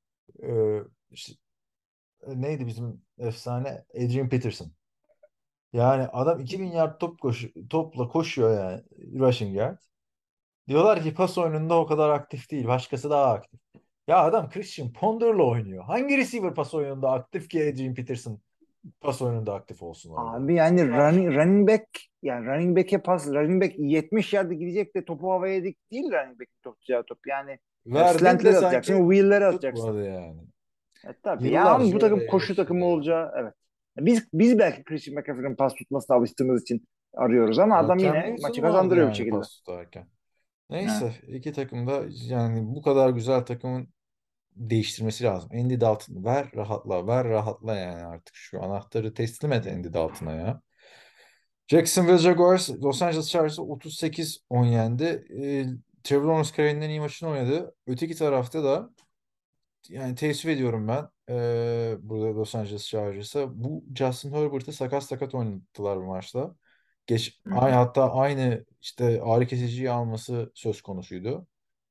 İşte, neydi bizim efsane? Adrian Peterson. Yani adam 2000 yard topla koşuyor yani, rushing yard. Diyorlar ki pas oyununda o kadar aktif değil. Başkası daha aktif. Ya adam Christian Ponder'la oynuyor. Hangi receiver pas oyununda aktif ki Adrian Peterson pas oyununda aktif olsun orada? Abi yani running back, yani running back'e pas, running back 70 yard gidecek de topu havaya yedik değil running back'in top tutacağı top. Yani Verdin de slantleri atacaksın, sanki wheel'leri atacaksın. tutmadı yani. Tabii ya, ama bu Yıllarca öyle takım koşu yaşadı takımı ya. olacağı, evet. Biz belki Christian McCaffrey'in pas tutmasına alıştığımız için arıyoruz ama Ya adam Cam yine Newton maçı vardı kazandırıyor bir yani şekilde. pas tutarken. Evet. Neyse, iki takım da yani bu kadar güzel takımın değiştirmesi lazım. Andy Dalton ver rahatla, ver rahatla yani, artık şu anahtarı teslim et Andy Dalton'a ya. Jacksonville Jaguars Los Angeles Chargers'ı 38-10 yendi. Trevor Lawrence kariyerinin en iyi maçını oynadı. Öteki tarafta da yani teessüf ediyorum ben burada Los Angeles Chargers'a. Bu Justin Herbert'ı sakat sakat oynattılar bu maçta. Hı hı. Hatta aynı işte ağrı kesiciyi alması söz konusuydu.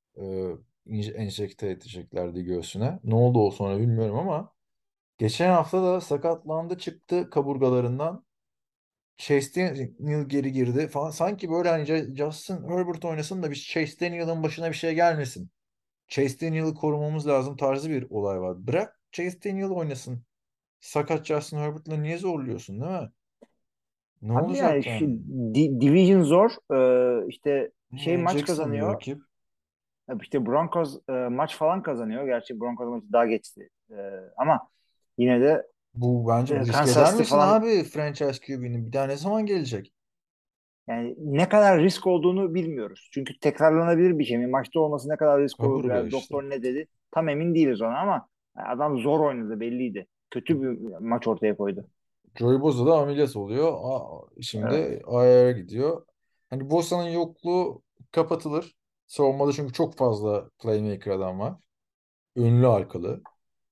Enjekte edeceklerdi göğsüne. Ne oldu o sonra bilmiyorum ama geçen hafta da sakatlandı, çıktı kaburgalarından. Chase Daniel geri girdi falan. Sanki böyle hani Justin Herbert oynasın da bir Chase Daniel'ın başına bir şey gelmesin. Chase Daniel'ı korumamız lazım tarzı bir olay var. Bırak Chase Daniel oynasın. Sakat Justin Herbert'la niye zorluyorsun, değil mi? Ne Abi yani olacak yani? division zor. İşte maç Jacksonville kazanıyor. rakip. İşte Broncos maç falan kazanıyor. Gerçi Broncos maçı daha geçti. Ama yine de Bu bence risk Kansas eder City misin falan, abi franchise QB'nin? Bir daha ne zaman gelecek? yani ne kadar risk olduğunu bilmiyoruz. Çünkü tekrarlanabilir bir şey mi? Maçta olması ne kadar risk olur? Kaburga Yani işte. doktor ne dedi? Tam emin değiliz ona ama adam zor oynadı, belliydi. Kötü bir maç ortaya koydu. Joey Bosa da ameliyat oluyor. Şimdi Evet. IR'a gidiyor. Hani Bosa'nın yokluğu kapatılır. Savunmada çünkü çok fazla playmaker adam var. Ünlü arkalı.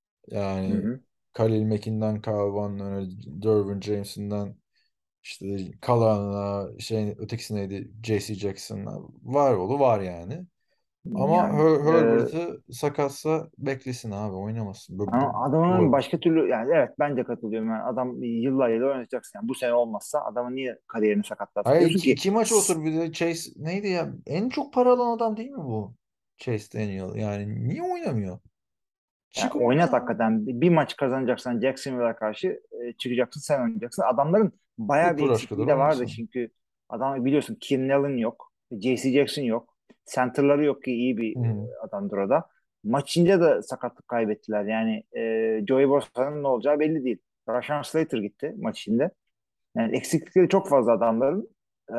Hı Yani hı. Khalil Mack'inden Kyle Van Noy, Derwin James'inden işte Kalan'a ötekisi neydi? J.C. Jackson'la var oğlu var yani. Ama Yani Herbert'ı sakatsa beklesin abi, oynamasın. ama Bu adamın arada. başka türlü, yani evet, ben de katılıyorum. Yani adam yıllar yılı oynatacaksın. Yani bu sene olmazsa adamı niye kariyerini sakatlatsın? Hayır, Diyorsun ki iki maç otur bir de Chase neydi ya? En çok para alan adam değil mi bu? Chase Daniel. Yani niye oynamıyor? yani Çık oynat oyna. hakikaten. Bir maç kazanacaksan Jacksonville'a karşı çıkacaksın, sen oynayacaksın. Adamların bayağı bir Cooper Rush kadar eksikliği de vardı oynasın. çünkü adam, biliyorsun, Keenan Allen yok. J.C. Jackson yok. Center'ları yok ki iyi bir Hı hı. adamdır o da. Maç içinde de sakatlık kaybettiler. Yani Joey Bosa'nın ne olacağı belli değil. Rashawn Slater gitti maç içinde. Yani eksiklikleri çok fazla adamların. E,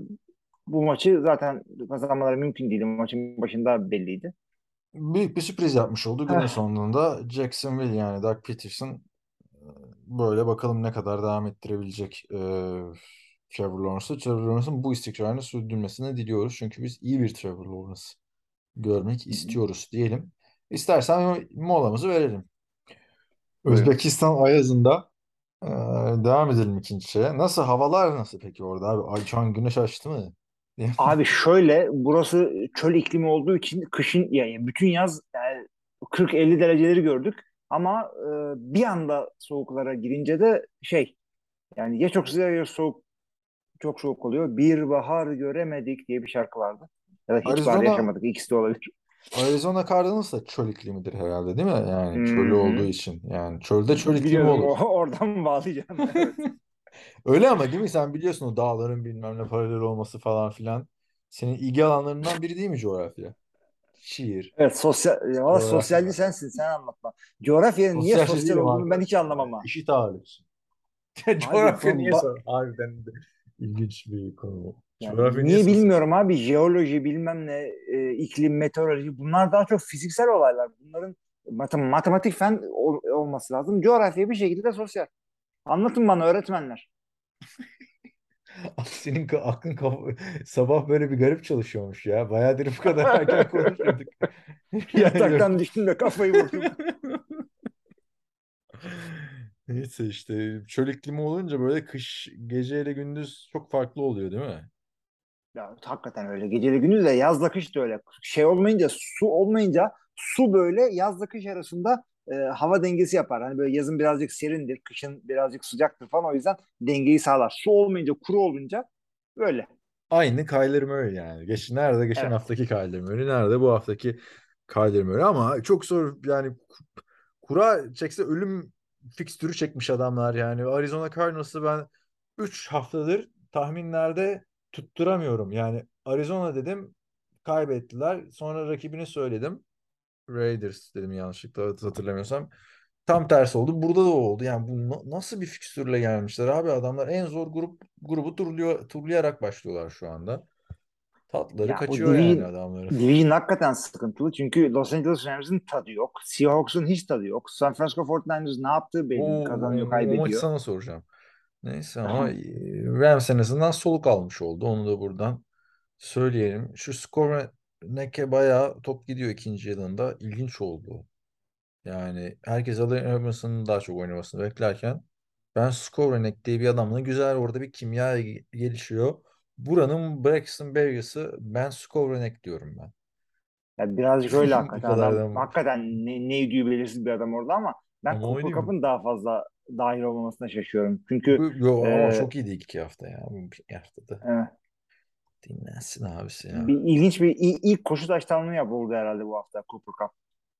Bu maçı zaten kazanmaları mümkün değildi. Maçın başında belliydi. Büyük bir sürpriz yapmış oldu günün sonunda. Jacksonville yani Doug Peterson böyle bakalım ne kadar devam ettirebilecek Trevor Lawrence'ı. Trevor Lawrence'ın bu istikrarını sürdürmesini diliyoruz. Çünkü biz iyi bir Trevor Lawrence görmek istiyoruz diyelim. İstersen molamızı verelim. Buyurun. Özbekistan Ayazı'nda devam edelim ikinci şeye. Nasıl havalar, nasıl peki orada abi? Ay şu an güneş açtı mı? Abi şöyle, burası çöl iklimi olduğu için kışın, yani bütün yaz yani 40-50 dereceleri gördük ama bir anda soğuklara girince de yani ya çok sıcak ya soğuk, çok soğuk oluyor. Bir bahar göremedik diye bir şarkı vardı. Ya da hiç bahar Arizona yaşamadık. İkisi de olabilir. Arizona Cardinals da çöl iklimidir herhalde, değil mi? Yani çölü olduğu Hı-hı. için. Yani çölde çöl iklimi Biliyordum, olur. oradan bağlayacağım. Evet. Öyle ama değil mi? Sen biliyorsun o dağların bilmem ne paralel olması falan filan. Senin ilgi alanlarından biri değil mi coğrafya? Şiir, Evet, valla sosyalci coğrafya. sensin, sen anlatma. Coğrafyanın niye Sosyalci sosyal değilim olduğunu ben hiç arkadaşım. anlamam ha. İşit ağırlıksın. Abi Coğrafya niye sor? Harbiden de ilginç bir konu. yani Coğrafya niye niye sosyal? bilmiyorum abi. Jeoloji, bilmem ne, iklim, meteoroloji, bunlar daha çok fiziksel olaylar. Bunların matematik fen olması lazım. Coğrafya bir şekilde sosyal. Anlatın bana öğretmenler. Abi senin sabah böyle bir garip çalışıyormuş ya. Bayağıdır bu kadar erken konuşuyorduk. Yani Yataktan düştüm de kafayı vurdum. neyse işte çöl iklimi olunca böyle kış geceyle gündüz çok farklı oluyor değil mi? Ya hakikaten öyle. Geceli gündüz de yazla kış da öyle. Şey olmayınca, su olmayınca su böyle yazla kış arasında hava dengesi yapar. Hani böyle yazın birazcık serindir, kışın birazcık sıcaktır falan. O yüzden dengeyi sağlar. Su olmayınca, kuru olunca böyle. Aynı Kyler Murray yani. Nerede geçen Evet. haftaki Kyler Murray, nerede bu haftaki Kyler Murray ama çok zor yani kura çekse ölüm fikstürü çekmiş adamlar yani. Arizona Cardinals'ı ben 3 haftadır tahminlerde tutturamıyorum. Yani Arizona dedim, kaybettiler. Sonra rakibini söyledim. Raiders dedim yanlışlıkla hatırlamıyorsam. Tam tersi oldu. Burada da o oldu. Yani bu nasıl bir fikstürle gelmişler abi, adamlar en zor grubu turlayarak başlıyorlar şu anda. Tatları Ya o kaçıyor yani division, adamların. division hakikaten sıkıntılı. Çünkü Los Angeles Rams'in tadı yok. Seahawks'un hiç tadı yok. San Francisco 49ers ne yaptığı belli değil. Kazanıyor, O maçı kaybediyor. sana soracağım. Neyse ama Tamam. Rams en azından soluk almış oldu. Onu da buradan söyleyelim. Şu skor neke bayağı top gidiyor ikinci yılında. İlginç oldu. Yani herkes Allen Robinson'ın daha çok oynamasını beklerken ben Skowronek diye bir adamla güzel orada bir kimya gelişiyor. Buranın Braxton Berrios'ı, ben Skowronek diyorum ben. Ya birazcık öyle Bu hakikaten. Adam kadardan hakikaten ne yediği belirsiz bir adam orada ama ben ama Cooper oynayayım mı? Cup'ın daha fazla dahil olmamasına şaşıyorum. Çünkü Ama e, çok iyiydi iki hafta ya. Bu bir haftada. e, Dinlensin abisi bir ya. ilginç bir ilk koşu taştanlığı yapıldı herhalde bu hafta Cooper Cup.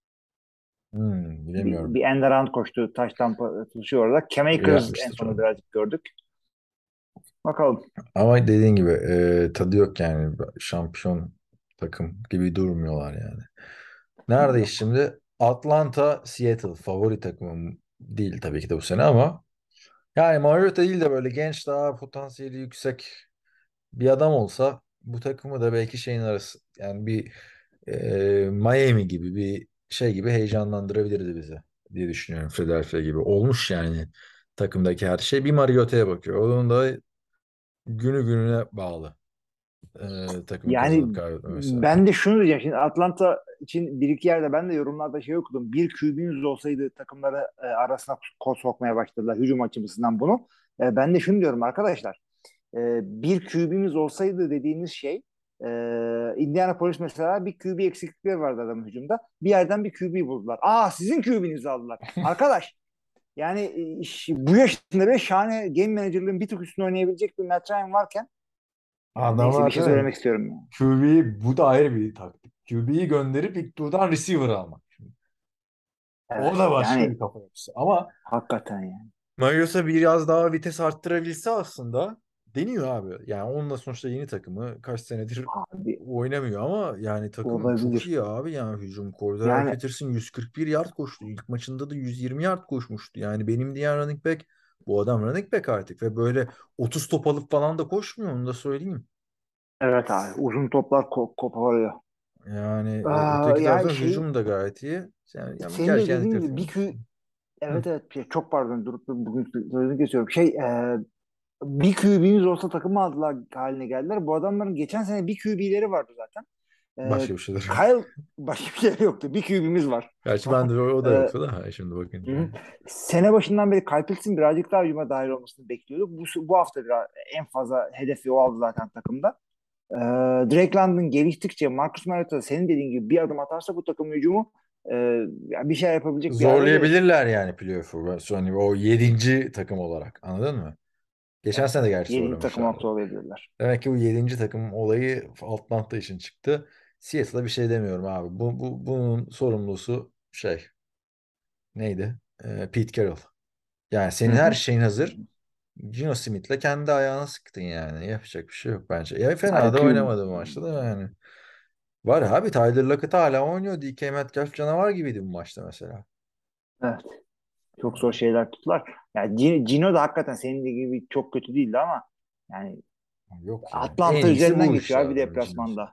Bir Bilemiyorum. end around koştu, taştan tutuşu orada. Cam Akers en Yapmıştır sonu onu. birazcık gördük. Bakalım. Ama dediğin gibi tadı yok yani. Şampiyon takım gibi durmuyorlar yani. Neredeyiz Yok. şimdi? Atlanta, Seattle. Favori takımım değil tabii ki de bu sene ama yani Mariota değil de böyle genç, daha potansiyeli yüksek bir adam olsa bu takımı da belki şeyin arası yani bir Miami gibi bir şey gibi heyecanlandırabilirdi bizi diye düşünüyorum. Philadelphia gibi. Olmuş yani takımdaki her şey. Bir Mariota'ya bakıyor. Onun da günü gününe bağlı. Takımın Yani kazanıp kaybetmemesi. ben de şunu diyeceğim. Şimdi Atlanta için bir iki yerde ben de yorumlarda şey okudum. Bir QB'niz olsaydı takımları arasına kol sokmaya başladılar hücum açısından bunu. Ben de şunu diyorum arkadaşlar. Bir QB'miz olsaydı dediğimiz şey Indianapolis mesela bir QB eksiklikleri vardı adamın hücumda. Bir yerden bir QB buldular. Aa sizin QB'nizi aldılar. Arkadaş yani bu yaşında bile şahane game manager'lığın bir tık üstüne oynayabilecek bir Matt Ryan varken neyse bir Adamlar şey değil mi? söylemek istiyorum. Yani. QB'yi, bu da ayrı bir taktik. QB'yi gönderip ilk turdan receiver almak. O Evet da başka yani bir kafa yapısı. Ama hakikaten yani. Marius'a biraz daha vites arttırabilse aslında deniyor abi. Yani onunla sonuçta yeni takımı kaç senedir Abi oynamıyor ama yani takım çok olabilir. iyi abi, yani hücum. Cordell Yani Patterson 141 yard koştu. İlk maçında da 120 yard koşmuştu. Yani benim diğer running back, bu adam running back artık ve böyle 30 top alıp falan da koşmuyor, onu da söyleyeyim. evet abi uzun toplar koparıyor. Yani öteki Ya taraftan şey hücum da gayet iyi. Yani senin de gerçi dediğin handcuff gibi yemiş. Hı. evet evet çok pardon durup bugün sözünü kesiyorum. Bir QB'miz olsa takımı aldılar haline geldiler. Bu adamların geçen sene bir QB'leri vardı zaten. Ee, Başka bir şeyler yok. Kyle başka bir şey yoktu. Bir QB'miz var. Gerçi ben de o da Ee, yoksa da şimdi hı bakınca. hı. Sene başından beri Kyle Pitts'in birazcık daha hücuma dahil olmasını bekliyorduk. Bu hafta biraz en fazla hedefi o aldı zaten takımda. Ee, Drake London geliştikçe Marcus Mariota senin dediğin gibi bir adım atarsa bu takım hücumu e, bir şey yapabilecek bir hale gelir. Zorlayabilirler yani playoff'u. Hani o yedinci takım olarak. Anladın mı? Geçen Evet. sene de gerçi Yedinci takım altı zorlamışlardı. olabilirler. Demek ki bu yedinci takım olayı Atlanta için çıktı. Seattle'a bir şey demiyorum abi. Bunun sorumlusu şey neydi? Pete Carroll. Yani Hı senin her hı. şeyin hazır. Gino Smith'le kendi ayağına sıktın yani. Yapacak bir şey yok bence. Ya fena da IQ oynamadı bu maçta da yani. Var abi, Tyler Lockett hala oynuyor. DK Metcalf canavar gibiydi bu maçta mesela. evet. Çok zor şeyler tuttular. Yani Gino da hakikaten senin de gibi çok kötü değildi ama yani Yok ya. En Atlanta iyisi üzerinden bu geçiyor işte abi adam için. deplasmanda.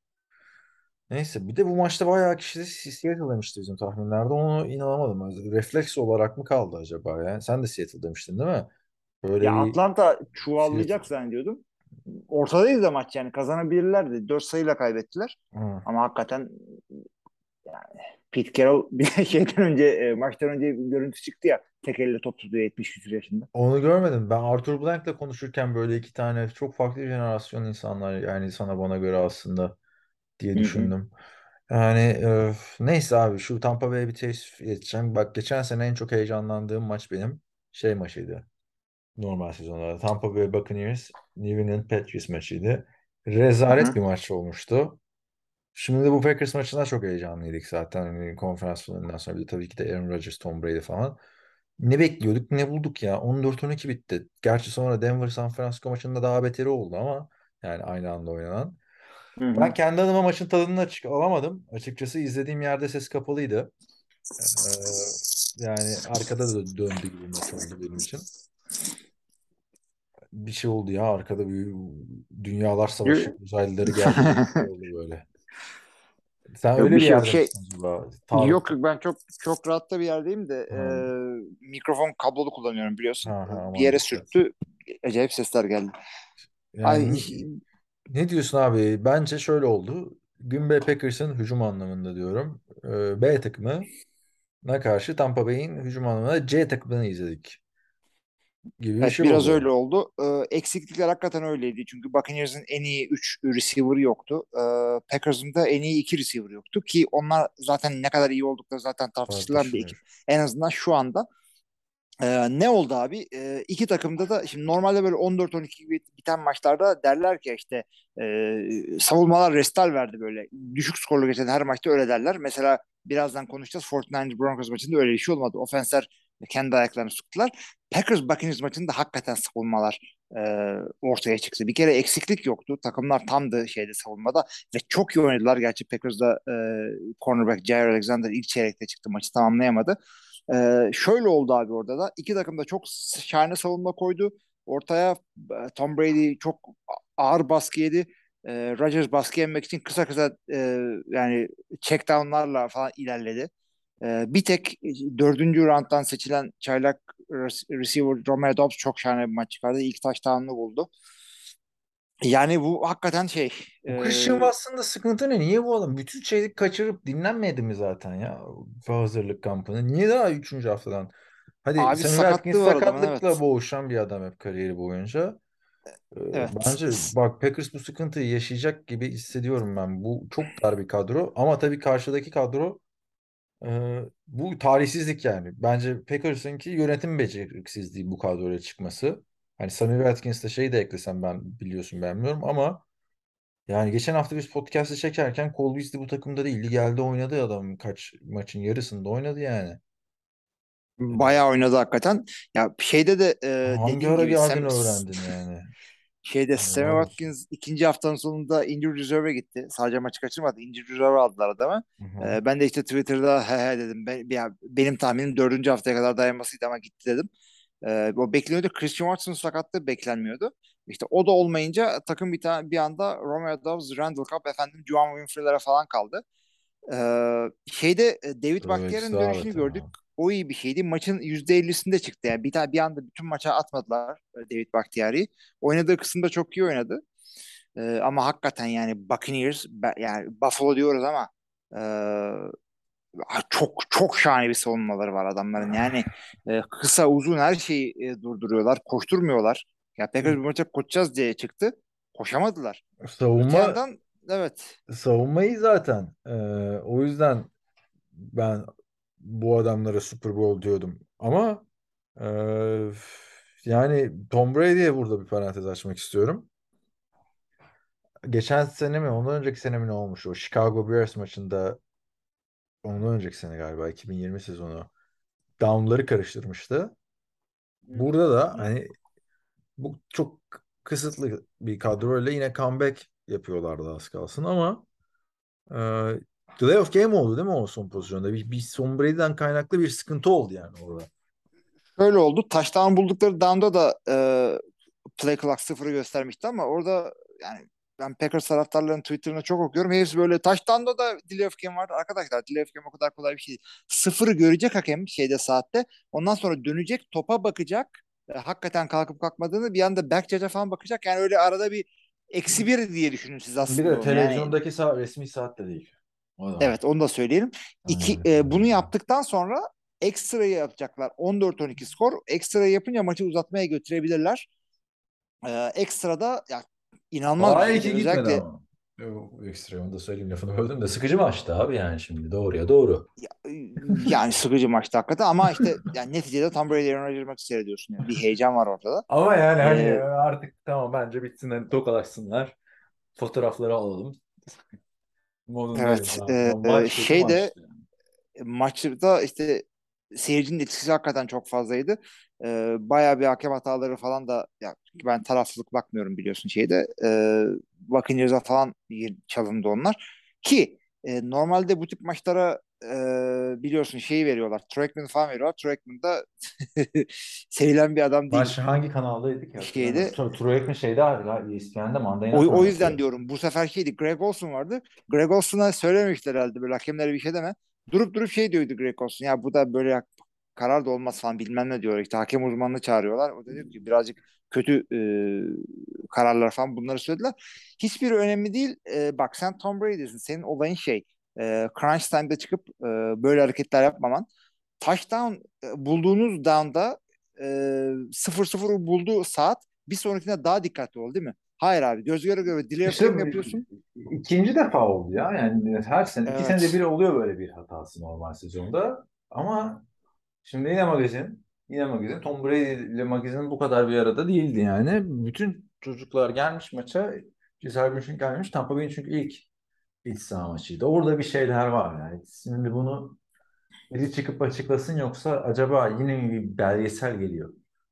Neyse bir de bu maçta bayağı kişi de Seattle demişti bizim tahminlerde. Onu inanamadım. Refleks olarak mı kaldı acaba ya? Sen de Seattle demiştin değil mi? Böyle Ya bir Atlanta şey. çuvallayacak zannediyordum. Ortadaydı da maç yani kazanabilirlerdi. 4 sayıyla kaybettiler. Hı. Ama hakikaten Pete Carroll bir de şeyden önce maçtan önce bir görüntü çıktı ya. Tek elle top tutuyor 70 küsur yaşında. Onu görmedim. Ben Arthur Blank'la konuşurken böyle iki tane çok farklı jenerasyon insanlar yani sana bana göre aslında diye Hı hı. düşündüm. Yani neyse abi şu Tampa Bay'e bir teşrif edeceğim. Bak geçen sene en çok heyecanlandığım maç benim şey maçıydı. Normal sezonlarda. Tampa Bay Buccaneers New England Patriots maçıydı. Hı Rezalet hı. bir maç olmuştu. Şimdi de bu Packers maçında çok heyecanlıydık zaten. Hani konferans finalinden sonra bir de tabii ki de Aaron Rodgers, Tom Brady falan. Ne bekliyorduk ne bulduk ya. 14-12 bitti. Gerçi sonra Denver San Francisco maçında daha beteri oldu ama yani aynı anda oynanan. Hı Ben hı. kendi adıma maçın tadını açık alamadım. Açıkçası izlediğim yerde ses kapalıydı. Ee, yani arkada da döndü gibi maç oldu benim için. Bir şey oldu ya arkada bir dünyalar savaşı Yo- uzaylıları geldi gibi bir şey oldu böyle. Sen Yok öyle bir bir şey yok. yerde misin acaba? Yok Tarık. yok, ben çok rahat da bir yerdeyim de Ha, mikrofon kablolu kullanıyorum ha, biliyorsun. ha, Bir aman yere dikkat. sürttü. Acayip sesler geldi. Ay, Yani ne diyorsun abi? Bence şöyle oldu. Green Bay Packers'ın hücum anlamında diyorum. B takımına karşı Tampa Bay'in hücum anlamında C takımını izledik gibi bir evet, şey biraz öyle oldu. oldu. Eksiklikler hakikaten öyleydi. Çünkü Buccaneers'ın en iyi 3 receiver yoktu. Packers'ın da en iyi 2 receiver yoktu. Ki onlar zaten ne kadar iyi oldukları zaten tartışılan bir ekip. Tartışılır. En azından şu anda. Ne oldu abi? İki takımda da şimdi normalde böyle 14-12 gibi biten maçlarda derler ki işte savunmalar restal verdi böyle. Düşük skorlu geçen her maçta öyle derler. Mesela birazdan konuşacağız. 49ers Broncos maçında öyle bir şey olmadı. Ofensler kendi ayaklarını sıktılar. Packers Buccaneers maçında hakikaten savunmalar ortaya çıktı. Bir kere eksiklik yoktu. Takımlar tamdı şeyde savunmada ve çok iyi oynadılar. Gerçi Packers'da cornerback Jair Alexander ilk çeyrekte çıktı. Maçı tamamlayamadı. Şöyle oldu abi orada da. İki takım da çok şahane savunma koydu. Ortaya Tom Brady çok ağır baskı yedi. Rodgers baskı yemek için kısa kısa yani check down'larla falan ilerledi. Bir tek dördüncü rounddan seçilen çaylak receiver Romeo Doubs çok şahane bir maç çıkardı. İlk touchdown'ını buldu. Yani bu hakikaten şey Bu Christian Watson'da sıkıntı ne? Niye bu adam? Bütün şeyi kaçırıp dinlenmedi mi zaten ya? Bu hazırlık kampını. Niye daha üçüncü haftadan? Hadi abi Sammy Watkins sakatlığı var adamın, sakatlıkla evet. boğuşan bir adam hep kariyeri boyunca. Evet. Bence bak Packers bu sıkıntıyı yaşayacak gibi hissediyorum ben. Bu çok dar bir kadro ama tabii karşıdaki kadro bu tarihsizlik yani. Bence Packers'ınki yönetim beceriksizliği bu kadroya çıkması. Hani Sammy Watkins'te şeyi de eklesem ben biliyorsun beğenmiyorum ama yani geçen hafta biz podcast'ı çekerken Cole Beasley bu takımda değildi. Geldi oynadı adam kaç maçın yarısında oynadı yani. Bayağı oynadı hakikaten. Ya şeyde de Hangi dediğin ara gibi geldin öğrendin yani. Yani Sammy helal olsun. Watkins ikinci haftanın sonunda injured reserve'e gitti. Sadece maçı kaçırmadı. Injured reserve aldılar adamı. Hı hı. Ben de işte Twitter'da he he dedim. Benim tahminim dördüncü haftaya kadar dayanmasıydı ama gitti dedim. O bekleniyordu. Christian Watson sakatlığı beklenmiyordu. İşte o da olmayınca takım bir anda Romeo Doubs, Randall Cobb, efendim Juwan Winfrey'lere falan kaldı. David Evet Bakhtiari'nin dönüşünü zaten gördük. abi. O iyi bir şeydi. Maçın %50'sinde çıktı. Yani bir anda bütün maça atmadılar David Bakhtiari'yi. Oynadığı kısımda çok iyi oynadı. Ama hakikaten yani Buccaneers yani Buffalo diyoruz ama e, çok çok şahane bir savunmaları var adamların. Yani kısa uzun her şeyi durduruyorlar. Koşturmuyorlar. Ya Packers bir maça koşacağız diye çıktı. Koşamadılar. Öte Savunma yandan evet. savunmayı zaten o yüzden ben bu adamlara Super Bowl diyordum. Ama yani Tom Brady'ye burada bir parantez açmak istiyorum. Geçen sene mi ondan önceki sene mi ne olmuş o Chicago Bears maçında ondan önceki sene galiba 2020 sezonu down'ları karıştırmıştı. Burada da hani bu çok kısıtlı bir kadroyla yine comeback yapıyorlardı az kalsın ama e, delay of game oldu değil mi o son pozisyonda? Bir Tom Brady'den kaynaklı bir sıkıntı oldu yani orada. Şöyle oldu. Touchdown buldukları down'da da play clock sıfırı göstermişti ama orada yani ben Packers taraftarlarının Twitter'ını çok okuyorum. Hepsi böyle touchdown'da da delay of game vardı. Arkadaşlar delay of game o kadar kolay bir şey değil. Sıfırı görecek hakem şeyde saatte. Ondan sonra dönecek topa bakacak. hakikaten kalkıp kalkmadığını, bir anda Berkcan'a falan bakacak. Yani öyle arada bir eksi bir diye düşünün siz Bir de aslında onu. Yani televizyondaki saat resmi saat de değil. O da var. evet, onu da söyleyelim. Aynen. Bunu yaptıktan sonra ekstrayı yapacaklar. 14-12 skor. Ekstrayı yapınca maçı uzatmaya götürebilirler. Ekstrada ya, inanılmaz bir Kolay şeydi. iki gitmedi Özellikle ama. O ekstra onu da söyleyeyim, lafını böldüm de sıkıcı maçtı abi yani, şimdi doğruya doğru. yani sıkıcı maçtı hakikaten, ama işte yani neticede Tom Brady Aaron Rodgers maçı seyrediyorsun. Yani bir heyecan var ortada. Ama yani hani Ee, artık tamam, bence bitsin, hani tokalaşsınlar. Fotoğrafları alalım. Modundayız evet, abi. Maç kötü şeyde maçtı. maçta işte seyircinin etkisi hakikaten çok fazlaydı. Bayağı bir hakem hataları falan da, ya ben tarafsızlık bakmıyorum biliyorsun şeyde. Buccaneers'a falan çalındı onlar. Ki normalde bu tip maçlara biliyorsun şeyi veriyorlar. Troy falan veriyorlar. Troy da sevilen bir adam değil Maç hangi kanaldaydı ki, hatırlamıyorum. şeydi. Troy Aikman şeyde abi, ESPN'de Monday Night O oynadı. yüzden diyorum, bu sefer şeydi, Greg Olson vardı. Greg Olson'a söylememişler herhalde, böyle hakemlere bir şey deme. Durup durup şey diyordu Greg Olson, ya bu da böyle karar da olmaz falan bilmem ne diyor. İşte hakem uzmanını çağırıyorlar. O da diyor ki birazcık kötü kararlar falan, bunları söylediler. Hiçbir önemli değil. Bak sen Tom Brady'sin. Senin olayın şey, crunch time'da çıkıp böyle hareketler yapmaman. Touchdown bulduğunuz down'da 0-0 bulduğu saat, bir sonrakine daha dikkatli ol, değil mi? Hayır abi, göz göre göre delay of İşte game yapıyorsun. ikinci defa oldu ya. Yani her sene, 2 senede bir Evet. oluyor böyle bir hatası normal sezonda. Ama şimdi yine magazin Tom Brady ile magazin bu kadar bir arada değildi yani. Bütün çocuklar gelmiş maça. Giselle Bündchen gelmiş. Tampa Bay'in çünkü ilk iç saha maçıydı. Orada bir şeyler var yani. Şimdi bunu biri çıkıp açıklasın, yoksa acaba yine mi bir belgesel geliyor?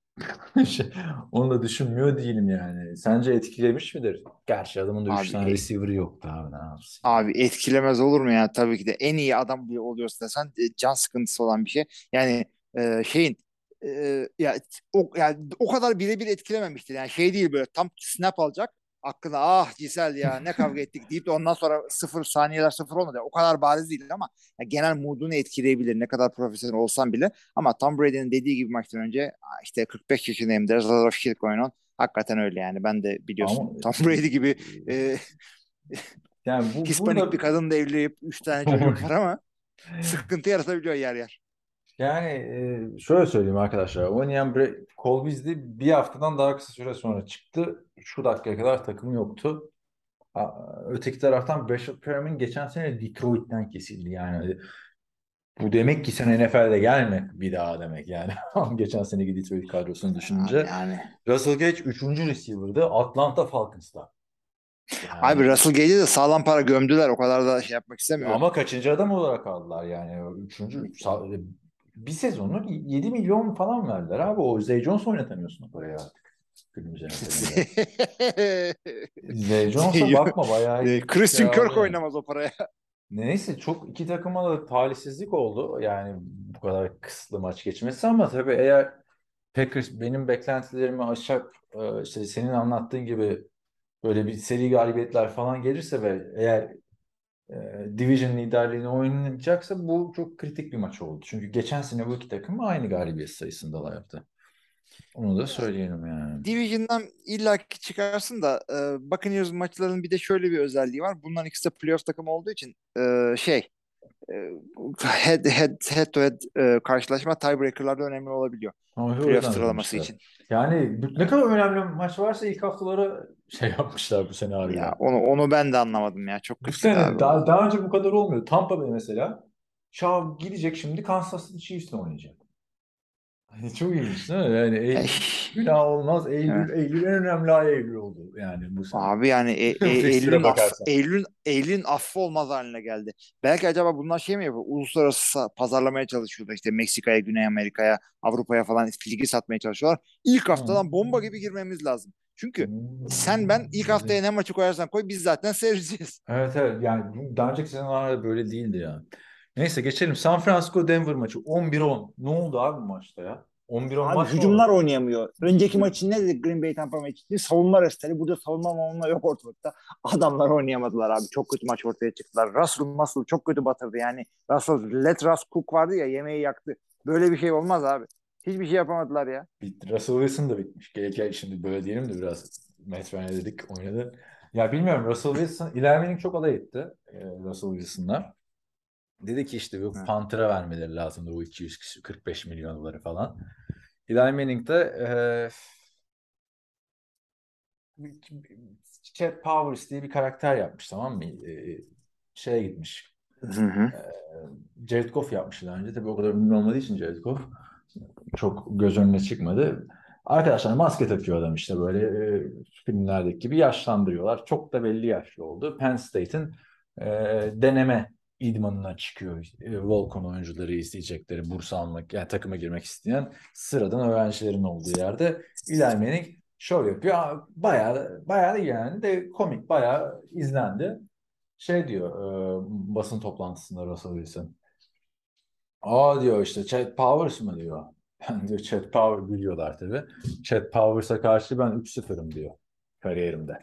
Onu da düşünmüyor değilim yani. Sence etkilemiş midir? Gerçi adamın da 3 Abi tane receiver'ı yoktu abi, ne yapsın yani. abi etkilemez olur mu ya? Tabii ki de en iyi adam bile oluyorsa desen can sıkıntısı olan bir şey. Yani şeyin ya yani o kadar birebir etkilememiştir. Yani şey değil, böyle tam snap alacak. Aklına ah Cisel ya ne kavga ettik deyip de ondan sonra sıfır saniyeler sıfır olmadı. O kadar bariz değil ama ya genel moodunu etkileyebilir, ne kadar profesyonel olsan bile. Ama Tom Brady'nin dediği gibi maçtan önce, işte 45 yaşındayım, there's a lot of shit going on. Hakikaten öyle yani. Ben de Ama biliyorsun Tom Brady gibi e, yani Hispanik burada bir kadınla evlenip 3 tane çocuğum var, ama sıkıntı yaratabiliyor yer yer. yani şöyle söyleyeyim arkadaşlar. Oynayan Cole Beasley bir haftadan daha kısa süre sonra çıktı. Şu dakikaya kadar takım yoktu. Öteki taraftan Brashad Perriman geçen sene Detroit'ten kesildi yani. Bu demek ki sen NFL'de gelme bir daha demek yani. Geçen seneki Detroit kadrosunu Abi düşününce. yani. Russell Gage üçüncü receiver'dı Atlanta Falcons'ta. Abi Yani Russell Gage'e de sağlam para gömdüler. O kadar da şey yapmak istemiyorum. ama kaçıncı adam olarak aldılar yani. Bir sezonu 7 milyon falan verdiler abi. O Zay Jones oynatamıyorsun o parayı artık. Günümüz NFL'inde. Zay Jones'a bakma, bayağı iyi bir şey Christian aldı Kirk yani. oynamaz o paraya. Neyse, çok iki takıma da talihsizlik oldu. Yani bu kadar kısıtlı maç geçmesi, ama tabii eğer Packers benim beklentilerimi aşarak işte senin anlattığın gibi böyle bir seri galibiyetler falan gelirse ve eğer Division liderliğini oynayacaksa, bu çok kritik bir maç oldu. Çünkü geçen sene bu iki takım aynı galibiyet sayısındalardı. Onu da söyleyelim yani. Division'dan illaki çıkarsın da Buccaneers maçlarının bir de şöyle bir özelliği var. Bunların ikisi de playoff takımı olduğu için şey, e, head to head karşılaşma tiebreaker'larda önemli olabiliyor. Ama o Playoff yüzden sıralaması izlemişler. için. Yani ne kadar önemli maç varsa ilk haftalara şey yapmışlar bu sene Ya harbiden. onu ben de anlamadım ya. Çok Bu kötüydü abi sene o. daha önce bu kadar olmuyor. Tampa Bay mesela. Shaw gidecek şimdi, Kansas City Chiefs'le oynayacak. Hani çok ilginç değil mi? Yani Ay, Eylül günah olmaz. evet. Eylül en önemli ay Eylül oldu yani bu sene. Abi yani Fikstüre bakarsan. Eylül'ün affı olmaz haline geldi. Belki acaba bunlar şey mi yapıyor? Uluslararası pazarlamaya çalışıyorlar. İşte Meksika'ya, Güney Amerika'ya, Avrupa'ya falan ligi satmaya çalışıyorlar. İlk Hı. haftadan bomba gibi girmemiz lazım. Çünkü sen ben ilk Hmm. haftaya ne maçı koyarsan koy, biz zaten seyredeceğiz. Evet, evet, yani daha önceki sezonlarda böyle değildi ya. Neyse, geçelim. San Francisco Denver maçı 11-10. Ne oldu abi bu maçta ya? 11-10 Abi maç mı hücumlar olur? oynayamıyor. Önceki maçın ne dedik, Green Bay Tampa maçı? Savunma restleri. Burada savunma yok ortalıkta. Adamlar oynayamadılar abi. Çok kötü maç ortaya çıktılar. Russell çok kötü batırdı yani. Let Russ Cook vardı ya, yemeği yaktı. Böyle bir şey olmaz abi. Hiçbir şey yapamadılar ya. Bitti. Russell Wilson da bitmiş. Gel şimdi böyle diyelim de biraz Matt Ryan dedik oynadı. Ya bilmiyorum, Russell Wilson ilerlemenin çok alay etti Russell Wilson'la. Dedi ki işte bu Hı. Panther'a vermeleri lazımdı bu 245 milyon doları falan. Eli Manning de Chet Powers diye bir karakter yapmış, tamam mı? Şeye gitmiş. Hı hı. Jared Goff yapmış daha önce. Tabii o kadar ünlü olmadığı için Jared Goff çok göz önüne çıkmadı. Arkadaşlar maske takıyor adam işte böyle filmlerdeki gibi yaşlandırıyorlar. Çok da belli yaşlı oldu. Penn State'in e, deneme idmanına çıkıyor. Volkan oyuncuları izleyecekleri, burs almak, yani takıma girmek isteyen sıradan öğrencilerin olduğu yerde Eli Manning şov yapıyor. Bayağı bayağı iyi yani de komik, bayağı izlendi. Şey diyor basın toplantısında Russell Wilson. Aa diyor işte Chet Powers mı diyor. Ben diyor Chet Powers, gülüyorlar tabii. Chet Powers'a karşı ben 3-0'ım diyor kariyerimde.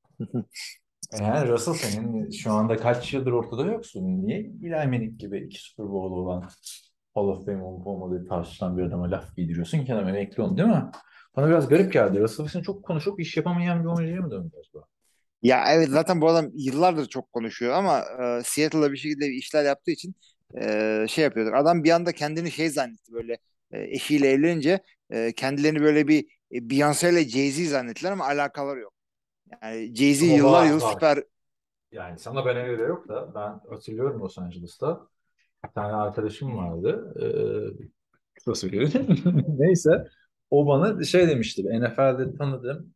Yani Russell, senin şu anda kaç yıldır ortada yoksun. Niye Eli Manning gibi 2 Super Bowl olan Hall of Fame olup olmadığı tartışılan bir adama laf giydiriyorsun ki adam emekli oldu değil mi? Bana biraz garip geldi. Russell Wilson çok konuşup iş yapamayan bir oyuncuya mı döndü acaba? Ya evet, zaten bu adam yıllardır çok konuşuyor ama Seattle'da bir şekilde işler yaptığı için şey yapıyordur. Adam bir anda kendini şey zannetti, böyle eşiyle evlenince kendilerini böyle bir Beyoncé ile Jay-Z zannettiler ama alakaları yok. Yani Jay-Z Ama yıllar var yılı var. süper. Yani sana bana göre yok da ben hatırlıyorum Los Angeles'ta bir tane arkadaşım vardı. Nasıl söyleyeyim? Neyse. O bana şey demişti. NFL'de tanıdığım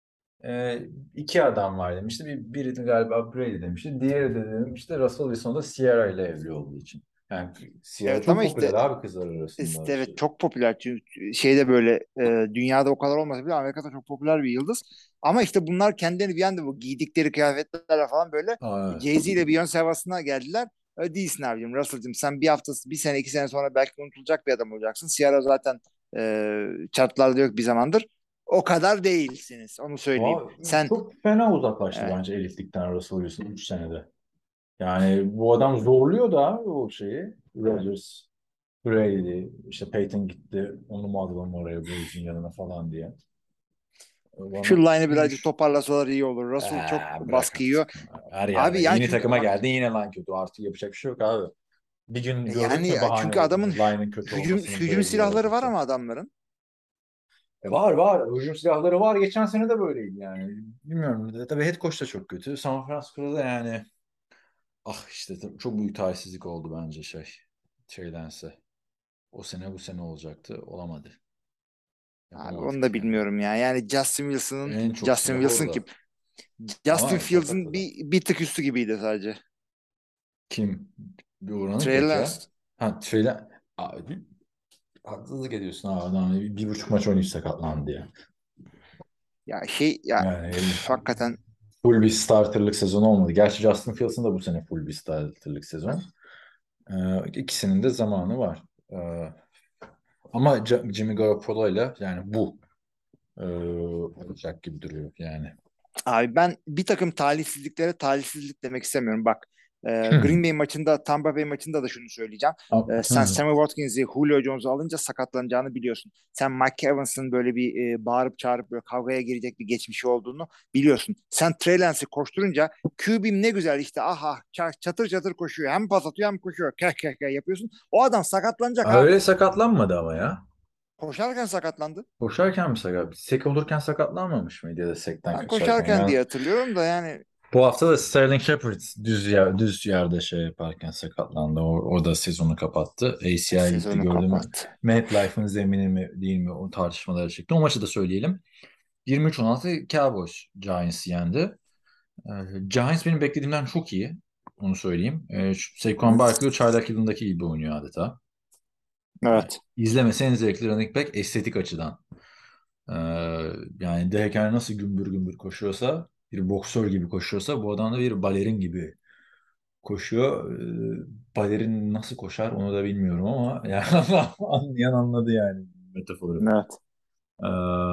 iki adam var demişti. Biri de galiba Brady demişti. Diğeri de demişti Russell Wilson da Sierra ile evli olduğu için. Yani Sierra Evet çok ama popüler işte abi kızlar arasında. evet, çok popüler çünkü şeyde böyle dünyada o kadar olmasa bile Amerika'da çok popüler bir yıldız. Ama işte bunlar kendilerini bir anda bu giydikleri kıyafetlerle falan böyle Aa, Jay-Z ile Beyoncé havasına geldiler. Öyle değilsin abicim, Russell'cığım, sen bir haftası, bir sene, 2 sene sonra belki unutulacak bir adam olacaksın. Ciara zaten chartlarda yok bir zamandır. O kadar değilsiniz, onu söyleyeyim. Sen çok fena uzaklaştı e, bence elitlikten Russell Wilson 3 senede. Yani bu adam zorluyordu abi o şeyi. Rodgers, Brady, işte Peyton gitti. Onu mu alalım oraya Brady yanına falan diye. şu Bana line'ı birazcık üç. toparlasalar iyi olur. Russell çok Bırak baskı yiyor. artık. Her Abi yerde. yani Yeni çünkü takıma bak, geldi yine line kötü. Artık yapacak bir şey yok abi. Bir gün gördük yani mü bahane çünkü oldu adamın line'ın kötü olmasının hücum Brady silahları var yaratırsa. ama adamların. Var var. Hücum silahları var. Geçen sene de böyleydi yani. Bilmiyorum. Tabii head coach da çok kötü. San Francisco'da da yani işte çok büyük talihsizlik oldu bence şeydense. O sene bu sene olacaktı. Olamadı. Abi onu da Yapamadık yani. bilmiyorum ya. Yani En çok Justin silah Wilson kim? orada. Justin Ama sakat Fields'ın adam. bir tık üstü gibiydi sadece. Kim? Bir oranı Trey kaç ya? Lance. Ha Trey'le abi, haksızlık ediyorsun abi, adam 1,5 maç oynayıp sakatlandı ya. Ya şey ya, Yani hakikaten full bir starterlık sezonu olmadı. Gerçi Justin Fields'ın da bu sene full bir starterlık sezon. İkisinin de zamanı var. Ama Jimmy Garoppolo'yla yani bu olacak gibi duruyor yani. abi ben bir takım talihsizliklere talihsizlik demek istemiyorum. Bak, Green Bay maçında, Tampa Bay maçında da şunu söyleyeceğim. Sen Sammy Watkins'i, Julio Jones'u alınca sakatlanacağını biliyorsun. Sen Mike Evans'ın böyle bir bağırıp çağırıp böyle kavgaya girecek bir geçmişi olduğunu biliyorsun. Sen Trey Lance'i koşturunca QB'm ne güzel işte, aha çatır çatır koşuyor. Hem pas atıyor hem koşuyor. Keh keh keh yapıyorsun. O adam sakatlanacak Öyle abi. sakatlanmadı ama ya. Koşarken sakatlandı. Koşarken mi sakat? Sek olurken sakatlanmamış mıydı ya da sekten Ben kaçarken? koşarken Yani diye hatırlıyorum da yani. bu hafta da Sterling Shepard düz yerde şey yaparken sakatlandı. O da sezonu kapattı. ACL gitti Sezonu gördüm. kapattı. MetLife'ın zemini mi değil mi o tartışmaları çıktı. O maçı da söyleyelim. 23-16 Cowboys Giants'ı yendi. Giants benim beklediğimden çok iyi. Onu söyleyeyim. Saquon Barkley çaylak yılındaki gibi oynuyor adeta. Yani Evet. izlemesi en zevkli running back estetik açıdan. Ee, Yani Derek Henry nasıl gümbür gümbür koşuyorsa, bir boksör gibi koşuyorsa bu adam da bir balerin gibi koşuyor. Balerin nasıl koşar onu da bilmiyorum ama yani anlayan anladı yani metaforu. Evet. Ee,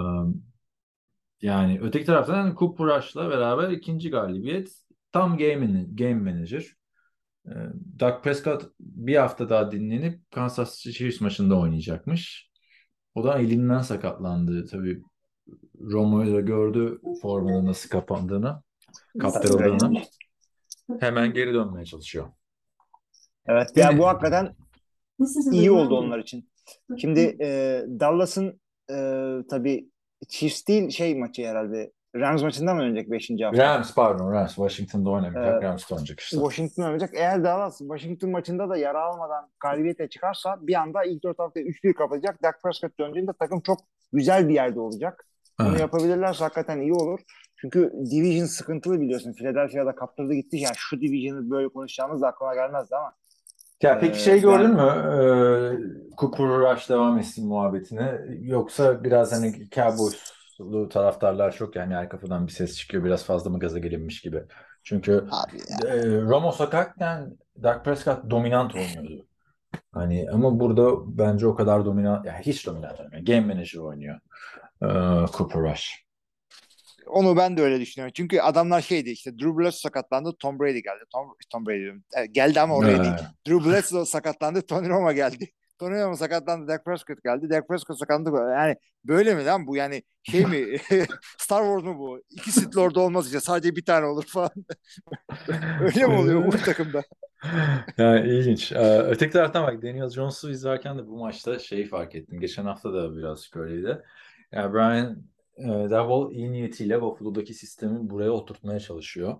Yani öteki taraftan Cooper Rush'la beraber ikinci galibiyet. Tam game manager. Ee, Dak Prescott bir hafta daha dinlenip Kansas City Chiefs maçında oynayacakmış. O da elinden sakatlandı. Tabii Romo da gördü formunun nasıl kaptırıldığını. Hemen geri dönmeye çalışıyor. Evet, yani bu hakikaten iyi oldu onlar için. Şimdi Dallas'ın tabii Chiefs değil maçı herhalde. Rams maçından mı oynayacak 5. hafta? Rams. Washington'da oynamayacak. E, Rams'ta oynayacak işte. Washington oynayacak. Eğer Dallas Washington maçında da yara almadan galibiyetle çıkarsa bir anda ilk 4 haftayı 3-1 kapatacak. Dak Prescott döndüğünde takım çok güzel bir yerde olacak. Bunu Evet. yapabilirlerse hakikaten iyi olur. Çünkü division sıkıntılı biliyorsun. Philadelphia'da kaptırdı gitti. Yani şu division'ı böyle konuşacağımız da aklıma gelmezdi ama. Ya peki şey gördün Ben mü? Cooper Rush devam etsin muhabbetine. Yoksa biraz hani Cowboys'lu taraftarlar çok yani her kafadan bir ses çıkıyor. Biraz fazla mı gaza gelinmiş gibi. Çünkü abi Romo sakatken Dak Prescott dominant oynuyordu. Hani ama burada bence o kadar dominant, yani hiç dominant oynuyor. Game manager oynuyor. E, Cooper Rush. onu ben de öyle düşünüyorum. Çünkü adamlar işte Drew Bledsoe sakatlandı, Tom Brady geldi. Tom Brady diyorum. Geldi ama oraya değil. E, Drew Bledsoe sakatlandı, Tony Romo geldi. Tony Romo sakatlandı, Dak Prescott geldi. Dak Prescott sakatlandı. Yani böyle mi lan bu? Yani mi? Star Wars mu bu? İki Sith Lord olmaz işte. Sadece bir tane olur falan. Öyle mi oluyor bu takımda? Yani ilginç. Öteki taraftan bak Daniel Jones'u izlerken de bu maçta şeyi fark ettim. Geçen hafta da birazcık öyleydi. Yani Brian Daboll iyi niyetiyle Buffalo'daki sistemi buraya oturtmaya çalışıyor.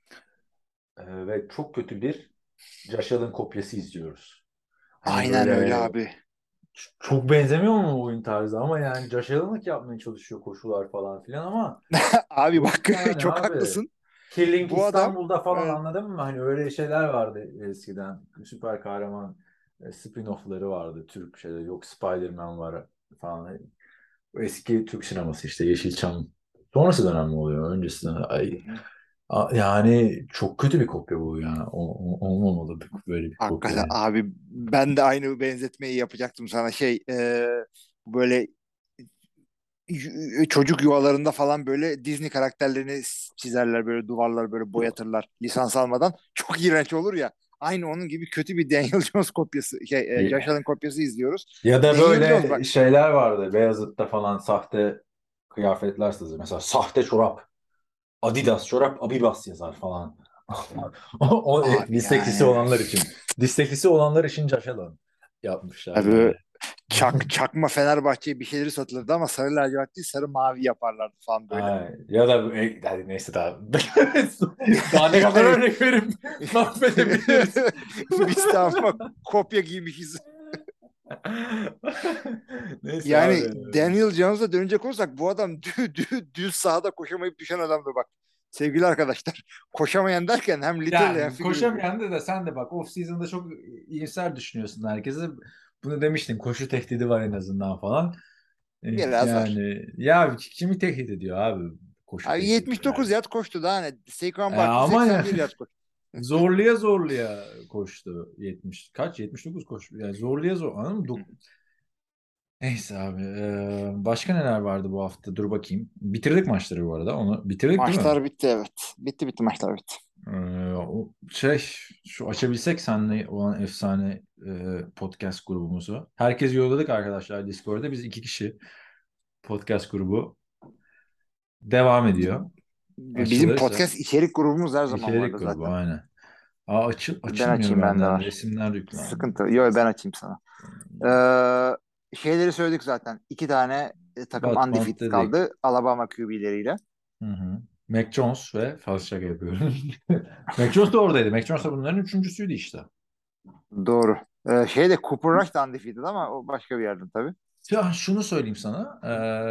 Ve çok kötü bir Josh Allen kopyası izliyoruz. Hani Aynen öyle böyle abi. çok benzemiyor mu oyun tarzı ama yani Josh Allen'lık yapmaya çalışıyor koşular falan filan ama Abi yok bak yani çok abi. haklısın. Killing Bu adam İstanbul'da falan evet, anladın mı? Hani öyle şeyler vardı eskiden. Süper kahraman spin-off'ları vardı. Türk şeyler yok. Spider-Man var falan. O eski Türk sineması işte Yeşilçam. Sonrası dönem mi oluyor? Öncesinde. Yani çok kötü bir kopya bu ya. Olmamalı böyle bir kopya. hakikaten abi ben de aynı benzetmeyi yapacaktım sana böyle çocuk yuvalarında falan böyle Disney karakterlerini çizerler böyle duvarlar böyle boyatırlar lisans almadan çok iğrenç olur ya aynı onun gibi kötü bir Daniel Jones kopyası Josh Allen kopyası izliyoruz. Ya da Daniel Jones böyle bak şeyler vardı. Beyazıt'ta falan sahte kıyafetler satılır. Mesela sahte çorap. Adidas çorap Abibas yazar falan. abi Disteklisi yani olanlar için. Disteklisi olanlar için Josh Allen yapmışlar tabii böyle. çakma Fenerbahçe'ye bir şeyleri satılırdı ama sarı lacivert değil sarı mavi yaparlardı falan böyle. Ay, ya da hadi neyse daha. Daha ne kadar Yani örnek verip mahvedebiliriz. biz de ama kopya giymişiz. Neyse Yani abi. Daniel Jones'a dönecek olursak bu adam düz sahada koşamayıp düşen adamdı bak. Sevgili arkadaşlar. Koşamayan derken hem literally hem Yani figuratively. koşamayan da sen de bak off season'da çok iyimser düşünüyorsun herkese. Bunu demiştin koşu tehdidi var en azından falan. Biraz var. Yani ya kimi tehdit ediyor abi koşu Abi tehdidi 79 yani. yard koştu daha ne? Saquon Barkley Ama yani 81 yard koştu. zorluya zorluya koştu 70 kaç 79 koştu yani zorluya zor anladın mı? Neyse abi başka neler vardı bu hafta dur bakayım bitirdik maçları bu arada onu bitirdik değil mi? Maçlar bitti evet. Bitti maçlar bitti. O şey şu açabilsek seninle olan efsane podcast grubumuzu herkes yolladık arkadaşlar Discord'da biz iki kişi podcast grubu devam ediyor Bizim açılırsa podcast içerik grubumuz her zaman içerik vardı grubu zaten. aynen. Aa, Ben açılmıyor açayım ben de benden. var. Resimler yüklenmiyor. Sıkıntı. Yok ben açayım sana. Şeyleri söyledik zaten. İki tane takım Batman undefeated dedik. kaldı. Alabama QB'leriyle. Hı hı. Mac Jones ve fazla şaka yapıyorum. Mac Jones da oradaydı. Mac Jones da bunların üçüncüsüydü işte. Doğru. Cooper Rush da undefeated ama o başka bir yerden tabii. Ya şunu söyleyeyim sana.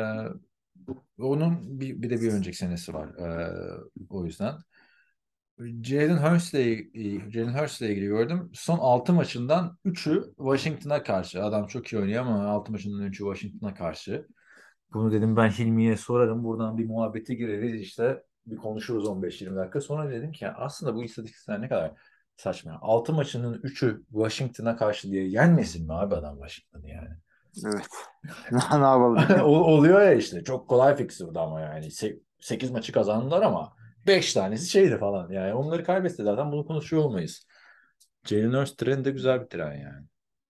Onun bir de bir önceki senesi var. O yüzden. Jalen Hurts'le ilgili gördüm. Son 6 maçından üçü Washington'a karşı. Adam çok iyi oynuyor ama 6 maçından üçü Washington'a karşı. Bunu dedim ben Hilmi'ye sorarım. Buradan bir muhabbete gireriz işte. Bir konuşuruz 15-20 dakika. Sonra dedim ki aslında bu istatistikler ne kadar saçma. 6 maçının üçü Washington'a karşı diye yenmesin mi abi adam Washington'ı yani? Evet. Ne yapalım? Oluyor ya işte. Çok kolay fixturdu ama yani. 8 maçı kazandılar ama 5 tanesi şeydi falan. Yani onları kaybetti zaten bunu konuşuyor olmayız. Jalen Hurts treni de güzel bir tren yani.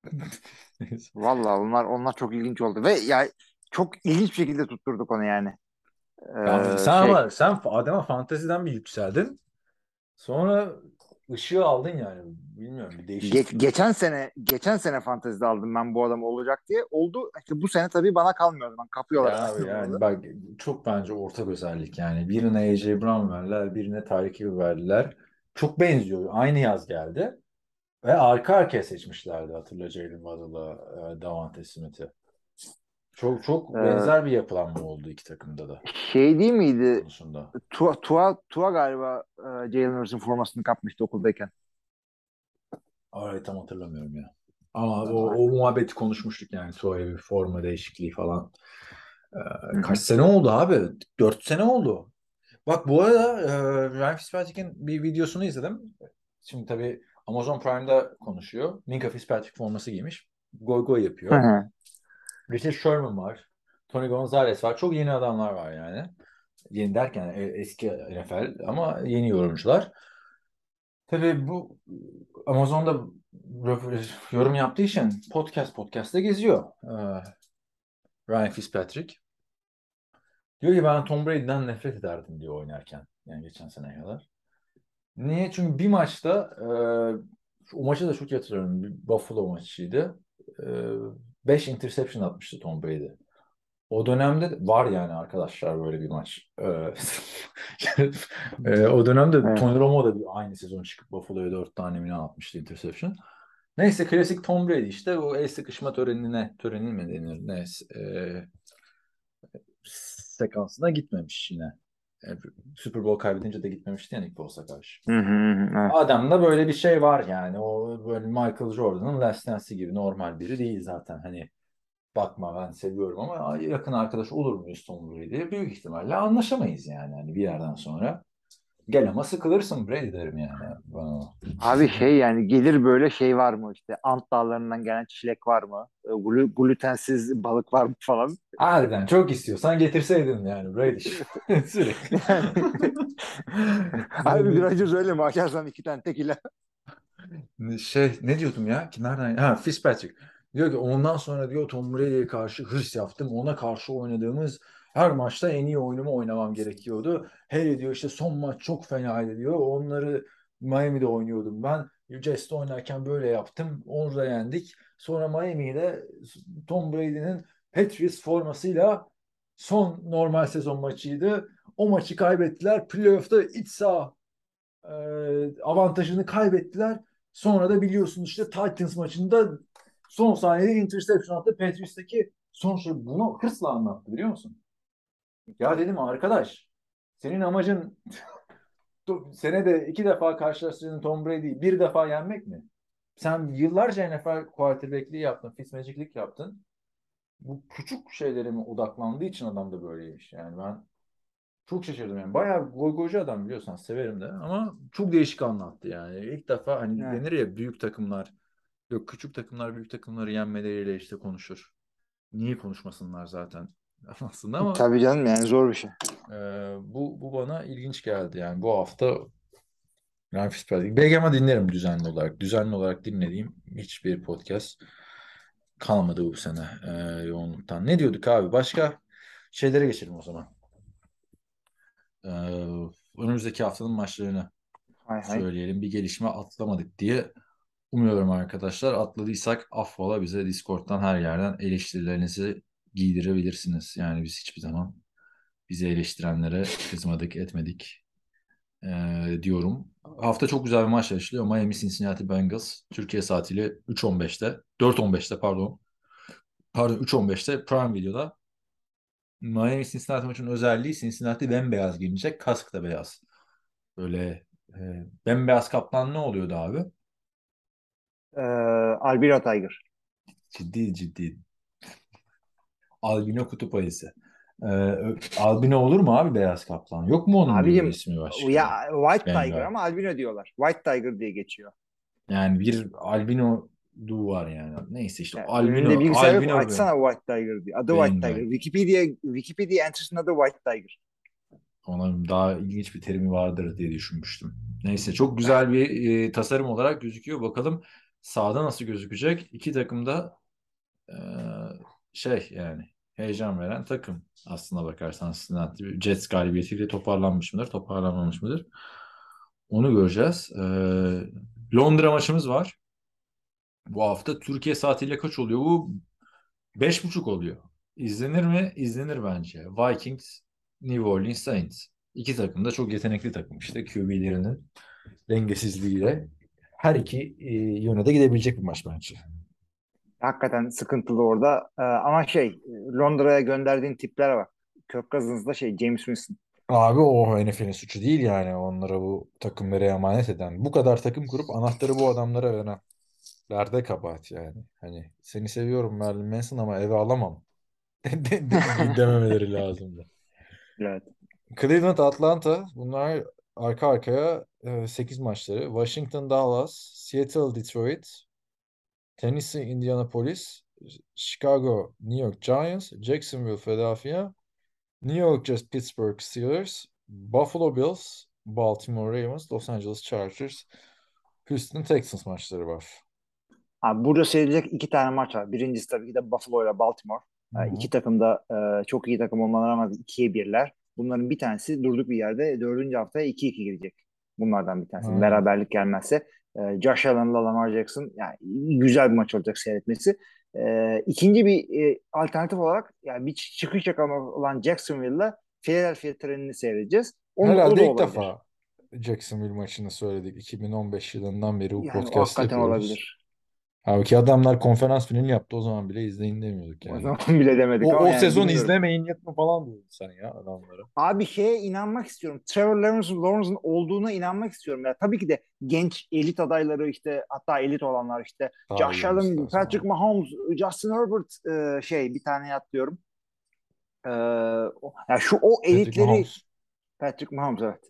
Neyse. Vallahi onlar çok ilginç oldu ve ya çok ilginç bir şekilde tutturduk onu yani. Ya sen Şey ama sen adama fanteziden bir yükseldin. Sonra ışığı aldın yani. Bilmiyorum bir değişik. geçen sene fantezide aldım ben bu adam olacak diye. Oldu. İşte bu sene tabii bana kalmıyor o zaman. Kapıyorlar Ya abi yani ayrılmalı. bak çok bence ortak özellik yani. Birine A.J. Brown verdiler, birine Tyreek Hill verdiler. Çok benziyor. Aynı yaz geldi. Ve arka arkaya seçmişlerdi hatırla Jalen Waddle'la Davante Smith'i. Çok çok Ee, benzer bir yapılanma oldu iki takımda da Şey değil miydi? konusunda. Tua galiba Jalen Hurts'un formasını kapmıştı okuldayken. Arayı tam hatırlamıyorum ya. Ama o muhabbeti konuşmuştuk yani. Tua'ya bir forma değişikliği falan. Hı Kaç hı. sene oldu abi? 4 sene oldu. Bak bu arada Ryan Fitzpatrick'in bir videosunu izledim. Şimdi tabii Amazon Prime'da konuşuyor. Minka Fitzpatrick forması giymiş. Goy goy Hı yapıyor. hı. Richard Sherman var. Tony Gonzalez var. Çok yeni adamlar var yani. Yeni derken eski NFL ama yeni yorumcular. Tabii bu Amazon'da yorum yaptığı için podcast'te geziyor Ryan Fitzpatrick. Diyor ki ben Tom Brady'den nefret ederdim diyor oynarken. Yani geçen sene kadar. Niye? Çünkü bir maçta o maçı da çok iyi hatırlıyorum. Bir Buffalo maçıydı. 5 interception atmıştı Tom Brady. O dönemde var yani arkadaşlar böyle bir maç. O dönemde Evet. Tony Romo da aynı sezon çıkıp Buffalo'ya 4 tane mi ne atmıştı interception. Neyse klasik Tom Brady işte o el sıkışma töreni mi denir ne sekansına gitmemiş yine. E, Super Bowl kaybedince de gitmemişti yani Nick Boles'a karşı. Hı hı hı. Evet. Adamda böyle bir şey var yani. O böyle Michael Jordan'ın Last Dance'i gibi normal biri değil zaten. Hani bakma ben seviyorum ama yakın arkadaş olur muyuz Tom Brady'ye? Büyük ihtimalle anlaşamayız yani. Hani bir yerden sonra. Gel ama sıkılırsın Brady derim yani bana. Abi yani gelir böyle şey var mı işte Ant Dağları'ndan gelen çilek var mı? Glutensiz balık var mı falan. Harbiden çok istiyorsan getirseydin yani Brady. Sürekli. Abi bir önce söyleme açarsan 2 tane tekila. Ne diyordum ya? Nereden? Ha Fitzpatrick. Diyor ki ondan sonra diyor Tom Brady'ye karşı hırs yaptım. Ona karşı oynadığımız her maçta en iyi oyunumu oynamam gerekiyordu. Hele diyor işte son maç çok fenaydı diyor. Onları Miami'de oynuyordum ben. Jets'te oynarken böyle yaptım. Orada yendik. Sonra Miami'de Tom Brady'nin Patriots formasıyla son normal sezon maçıydı. O maçı kaybettiler. Playoff'ta iç saha avantajını kaybettiler. Sonra da biliyorsun işte Titans maçında son saniyede interception attı. Patriots'taki son şey bunu hırsla anlattı biliyor musun? Ya dedim arkadaş senin amacın senede 2 defa karşılaştırdığın Tom Brady'yi bir defa yenmek mi? Sen yıllarca NFL quarterback'liği yaptın, Fitzmagic'lik yaptın. Bu küçük şeylere mi odaklandığı için adam da böyleymiş. Yani ben çok şaşırdım yani. Bayağı goygoycu adam biliyorsan severim de ama çok değişik anlattı yani. İlk defa hani Evet. denir ya büyük takımlar yok küçük takımlar büyük takımları yenmeleriyle işte konuşur. Niye konuşmasınlar zaten aslında ama Tabii canım yani zor bir şey. bu bana ilginç geldi yani bu hafta Ryan Fitzpatrick. BGM'a dinlerim düzenli olarak. Düzenli olarak dinlediğim hiçbir podcast kalmadı bu sene yoğunluktan. Ne diyorduk abi? Başka şeylere geçelim o zaman. Ee, Önümüzdeki haftanın maçlarını Hay hay. söyleyelim. Bir gelişme atlamadık diye umuyorum arkadaşlar. Atladıysak affola bize Discord'dan her yerden eleştirilerinizi giydirebilirsiniz. Yani biz hiçbir zaman bizi eleştirenlere kızmadık, etmedik diyorum. Hafta çok güzel bir maç yaşanıyor. Miami Cincinnati Bengals Türkiye saatiyle 3.15'te, 4.15'te pardon. Pardon 3.15'te Prime Video'da. Miami Cincinnati maçının özelliği Cincinnati bembeyaz giyinecek, kask da beyaz. Böyle bembeyaz kaplan ne oluyordu abi? Ee, Albino Tiger. Ciddi ciddi. Albino kutup ayısı. Albino olur mu abi beyaz kaplan? Yok mu onun bir Abicim ismi ya başka? White Tiger Bengal. ama albino diyorlar. White Tiger diye geçiyor. Yani bir albino du var yani. Neyse işte Yani önünde albino, bilgisayar yok albino be. açsana White Tiger diye. Adı White Tiger. Bengal. Wikipedia entry'sinin adı White Tiger. Ona daha ilginç bir terimi vardır diye düşünmüştüm. Neyse çok güzel bir tasarım olarak gözüküyor. Bakalım sahada nasıl gözükecek? İki takım da e, yani heyecan veren takım aslına bakarsan Cincinnati Jets galibiyetiyle toparlanmış mıdır, toparlanmamış mıdır? Onu göreceğiz. Londra maçımız var. Bu hafta Türkiye saatiyle kaç oluyor? Bu 5:30 oluyor. İzlenir mi? İzlenir bence. Vikings, New Orleans Saints. İki takım da çok yetenekli takım işte. QB'lerinin dengesizliğiyle her iki yöne de gidebilecek bir maç bence. Hakikaten sıkıntılı orada. Ama Londra'ya gönderdiğin tipler var. Kirk Cousins'da James Winston. Abi o NFL'in suçu değil yani onlara bu takımları emanet eden. Bu kadar takım kurup anahtarı bu adamlara veren. Lerde kabahat yani. Hani seni seviyorum Marilyn Manson ama eve alamam. Dememeleri lazımdı. Evet. Cleveland, Atlanta bunlar arka arkaya 8 maçları. Washington, Dallas, Seattle, Detroit, Tennessee, Indianapolis, Chicago, New York Giants, Jacksonville, Philadelphia, New York Jets, Pittsburgh Steelers, Buffalo Bills, Baltimore Ravens, Los Angeles Chargers, Houston Texans maçları var. Abi burada seyredilecek iki tane maç var. Birincisi tabii ki de Buffalo ile Baltimore. Hı hı. İki takım da çok iyi takım olmalarına rağmen 2'ye 1'ler. Bunların bir tanesi durduk bir yerde dördüncü haftaya 2-2 girecek. Bunlardan bir tanesi. Aynen. Beraberlik gelmezse. Josh Allen'la Lamar Jackson yani güzel bir maç olacak seyretmesi. İkinci bir alternatif olarak yani bir çıkış yakalama olan Jacksonville'la Philadelphia trenini seyredeceğiz. O da Herhalde ilk olabilir. defa Jacksonville maçını söyledik. 2015 yılından beri bu Yani o podcast hakikaten yapıyoruz. olabilir. Halbuki adamlar konferans finali yaptı o zaman bile izleyin demiyorduk O yani. zaman bile demedik ama O yani sezon bilmiyorum. izlemeyin yatma falan diyordun sen ya adamlara. Abi inanmak istiyorum. Trevor Lawrence'ın olduğuna inanmak istiyorum. Ya tabii ki de genç elit adayları işte hatta elit olanlar işte Daha Josh iyi olması Allen, lazım Patrick ama. Mahomes, Justin Herbert bir tane atlıyorum. Ya o Patrick elitleri Mahomes. Patrick Mahomes evet.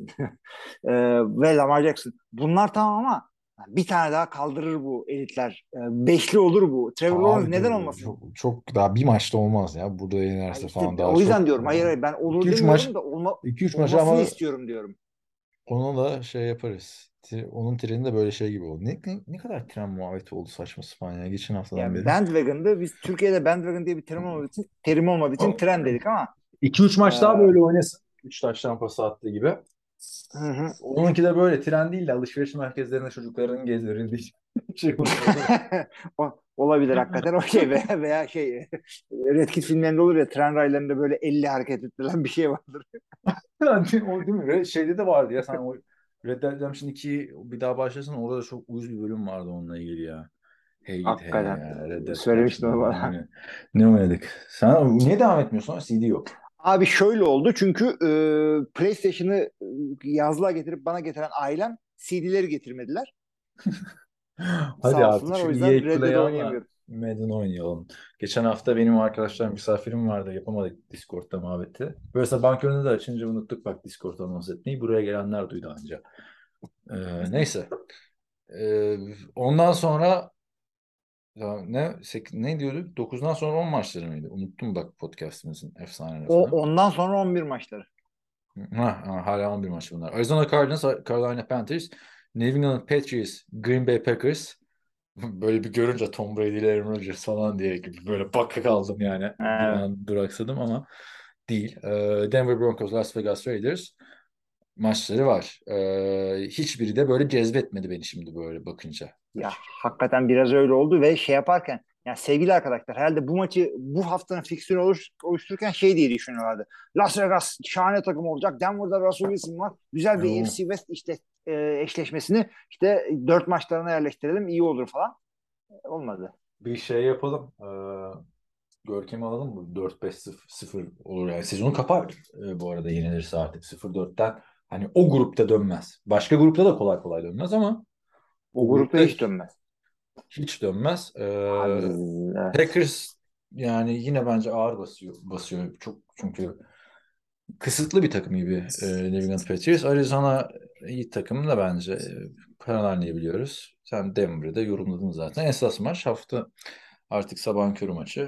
Ve Lamar Jackson. Bunlar tamam ama bir tane daha kaldırır bu elitler. Beşli olur bu. Trevor Lawrence Abi neden dur olmasın? çok daha bir maçta olmaz ya. Burada Ha yenerse işte falan daha o yüzden çok. diyorum. Hayır ben olur 2-3 maç demiyorum da 2-3 maçı olmasını ama istiyorum diyorum. onu da şey yaparız. Onun treni de böyle şey gibi oldu. Ne kadar tren muhabbeti oldu saçma sapan ya geçen haftadan Yani beri. bandwagon'da biz Türkiye'de bandwagon diye bir terim olmadığı için tren dedik ama 2-3 maç daha e, böyle oynasın. 3 taştan pas attığı gibi. hı hı. Onunki de böyle tren değil de alışveriş merkezlerinde çocukların gezdirildiği şey olsun. Olabilir hakikaten veya Red Kit filmlerinde olur ya tren raylarında böyle 50 hareket ettirilen bir şey vardır. Yani o değil mi? Şeyde de vardı ya sen o Red Dead Redemption 2 bir daha başlasın orada da çok uyuz bir bölüm vardı onunla ilgili ya. Hey git hey Hakikaten ya Red Dead söylemiştin onu Redemption'da bana. ne oynadık? Sen niye devam etmiyorsun? CD yok. Abi şöyle oldu çünkü PlayStation'ı yazlığa getirip bana getiren ailem CD'leri getirmediler. Hadi Sağ artık olsunlar şu o yüzden EA Red Dead Play alma. oynayamıyorum. Madden oynayalım. Geçen hafta benim arkadaşlar misafirim vardı. Yapamadık Discord'da muhabbeti. Böyle sabah köründe de açınca unuttuk bak Discord anons etmeyi. Buraya gelenler duydu anca. Neyse. Ondan sonra ya ne diyorduk? 9'dan sonra 10 maçları mıydı? Unuttum bak podcast'imizin efsane lafını. Ondan sonra 11 maçları. Hala 11 maç bunlar. Arizona Cardinals, Carolina Panthers, New England Patriots, Green Bay Packers. Böyle bir görünce Tom Brady ile Aaron Rodgers falan diye böyle baka kaldım yani. Bir Evet. an duraksadım ama değil. Denver Broncos, Las Vegas Raiders maçları var. Hiçbiri de böyle cezbetmedi beni şimdi böyle bakınca Ya açıkçası. hakikaten biraz öyle oldu ve yaparken ya sevgili arkadaşlar herhalde bu maçı bu haftanın fiksiyonu oluştururken diye düşünüyorlardı. Las Vegas şahane takım olacak. Denver'da Russell Wilson var. Güzel bir Yo, AFC West işte eşleşmesini işte 4 maçlarına yerleştirelim iyi olur falan. Olmadı. bir şey yapalım. Görkem'i alalım mı? 4-5-0 olur yani. Sezonu kapar bu arada yenilirse artık 0-4'ten. Hani o grupta dönmez. Başka grupta da kolay kolay dönmez ama O o grupta grupta hiç dönmez. hiç dönmez. Abi, evet. Packers yani yine bence ağır basıyor çok çünkü kısıtlı bir takım gibi New England Patriots. Arizona iyi takım da bence Carolina'yı biliyoruz. Sen Denver'ı da yorumladın zaten. Esas maç hafta artık sabahın körü maçı.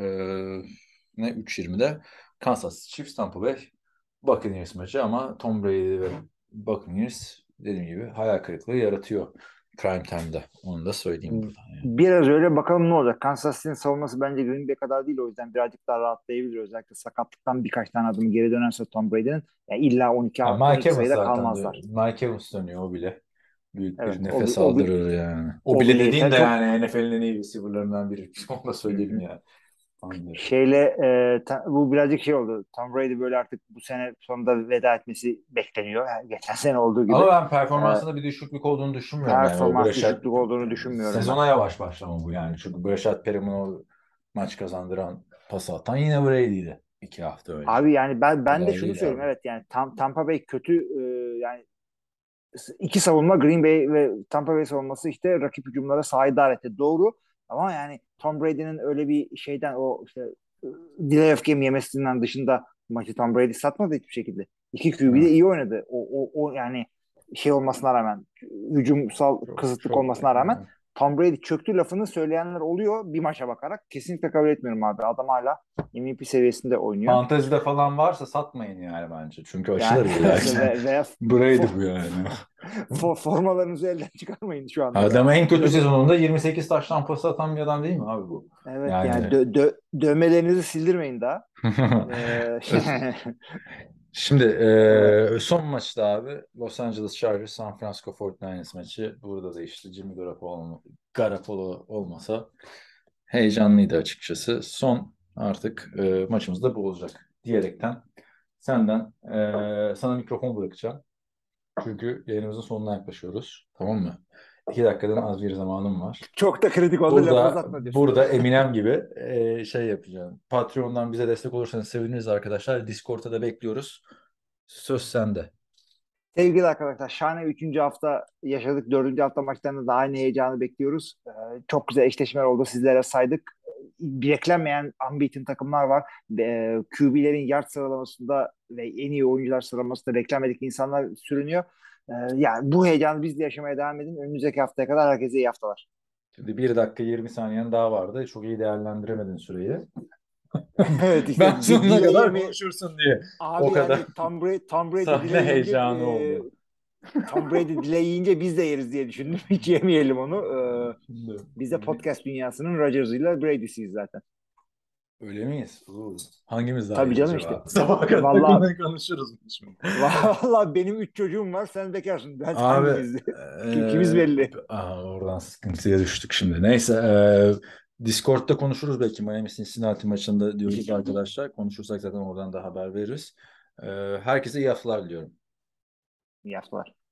3:20'de Kansas City Chiefs Tampa Bay Buccaneers maçı ama Tom Brady ve Buccaneers dediğim gibi hayal kırıklığı yaratıyor. prime time'da. Onu da söyleyeyim buradan. Yani. Biraz öyle, bakalım ne olacak. Kansas City'nin savunması bence Green Bay kadar değil, o yüzden birazcık daha rahatlayabilir. Özellikle sakatlıktan birkaç tane adım geri dönerse Tom Brady'nin, yani illa 12 Ya Mike 12 Evans sayıda zaten kalmazlar. Mike Evans dönüyor o bile. Büyük bir Evet, nefes aldırır yani. O o bile bile dediğin yeter. de Çok yani NFL'in en iyi receiver'larından biri. Onu da Hı söyleyelim hı. yani. Anladım. Bu birazcık şey oldu. Tom Brady böyle artık bu sene sonunda veda etmesi bekleniyor. Yani geçen sene olduğu gibi. Ama ben E, performansında bir düşüklük olduğunu düşünmüyorum yani. O Performans Brashad düşüklük olduğunu düşünmüyorum ben. sezona yavaş başlama bu yani. Çünkü Brashad Perriman o maç kazandıran pas atan yine Brady'ydi 2 hafta önce. Abi yani ben de Kadar şunu değil söyleyeyim, abi. evet yani Tampa Bay kötü, yani iki savunma, Green Bay ve Tampa Bay savunması işte rakip hücumlara sahip etti. Doğru, ama yani Tom Brady'nin öyle bir şeyden, o işte delay of game yemesinden dışında maçı Tom Brady satmadı hiçbir şekilde. İki QB de Evet. iyi oynadı. O yani şey olmasına rağmen, hücumsal kısıtlık Çok olmasına rağmen Tom Brady çöktü lafını söyleyenler oluyor bir maça bakarak. Kesinlikle kabul etmiyorum abi. Adam hala MVP seviyesinde oynuyor. fantezide falan varsa satmayın yani bence. Çünkü Yani açılır illaki. veya Brady bu yani. formalarınızı elden çıkarmayın şu anda da. Adam en kötü Öyle, sezonunda 28 taştan pas atan bir adam değil mi abi bu? evet yani Yani dövmelerinizi sildirmeyin daha. Ee, şimdi evet. son maçta abi Los Angeles Chargers San Francisco 49ers maçı. Burada da işte Jimmy Garoppolo olmasa heyecanlıydı açıkçası. Son artık maçımız da bu olacak diyerekten sana mikrofon bırakacağım. Çünkü yayınımızın sonuna yaklaşıyoruz. Tamam mı? 2 dakikadan az bir zamanım var. Çok da kritik oldu, lafı Burada uzatma diyorsun. burada Eminem gibi şey yapacağım. Patreon'dan bize destek olursanız seviniriz arkadaşlar. Discord'da da bekliyoruz. Söz sende. Sevgili arkadaşlar, şahane 3. hafta yaşadık. 4. hafta maçlarında da aynı heyecanı bekliyoruz. Çok güzel eşleşmeler oldu. Sizlere saydık. Beklenmeyen unbeaten takımlar var. QB'lerin yard sıralamasında ve en iyi oyuncular sıralamasında beklenmedik insanlar sürünüyor. Yani bu heyecanı biz de yaşamaya devam edin. Önümüzdeki haftaya kadar herkese iyi haftalar. Şimdi 1 dakika 20 saniyen daha vardı. Çok iyi değerlendiremedin süreyi. Evet Ben işte sonuna kadar dileği konuşursun diye. O abi, kadar yani Tom Brady sahne dileyince, heyecanı oldu. Tom Brady dileyince biz de yeriz diye düşündüm. Hiç yemeyelim onu. Şimdi, Biz de podcast dünyasının Rodgers'ıyla Brady'siyiz zaten. öyle miyiz? Hangimiz daha Tabii iyi canım işte. acaba? Sabaha kadar Vallahi bunu konuşuruz şimdi. vallahi benim 3 çocuğum var, sen bekarsın. Ben Abi hangimiz? Kimimiz belli. oradan sıkıntıya düştük şimdi. Neyse Discord'da konuşuruz belki Miami Cincinnati maçında diyoruz arkadaşlar. Konuşursak zaten oradan da haber veririz. Herkese iyi haftalar diliyorum. İyi haftalar.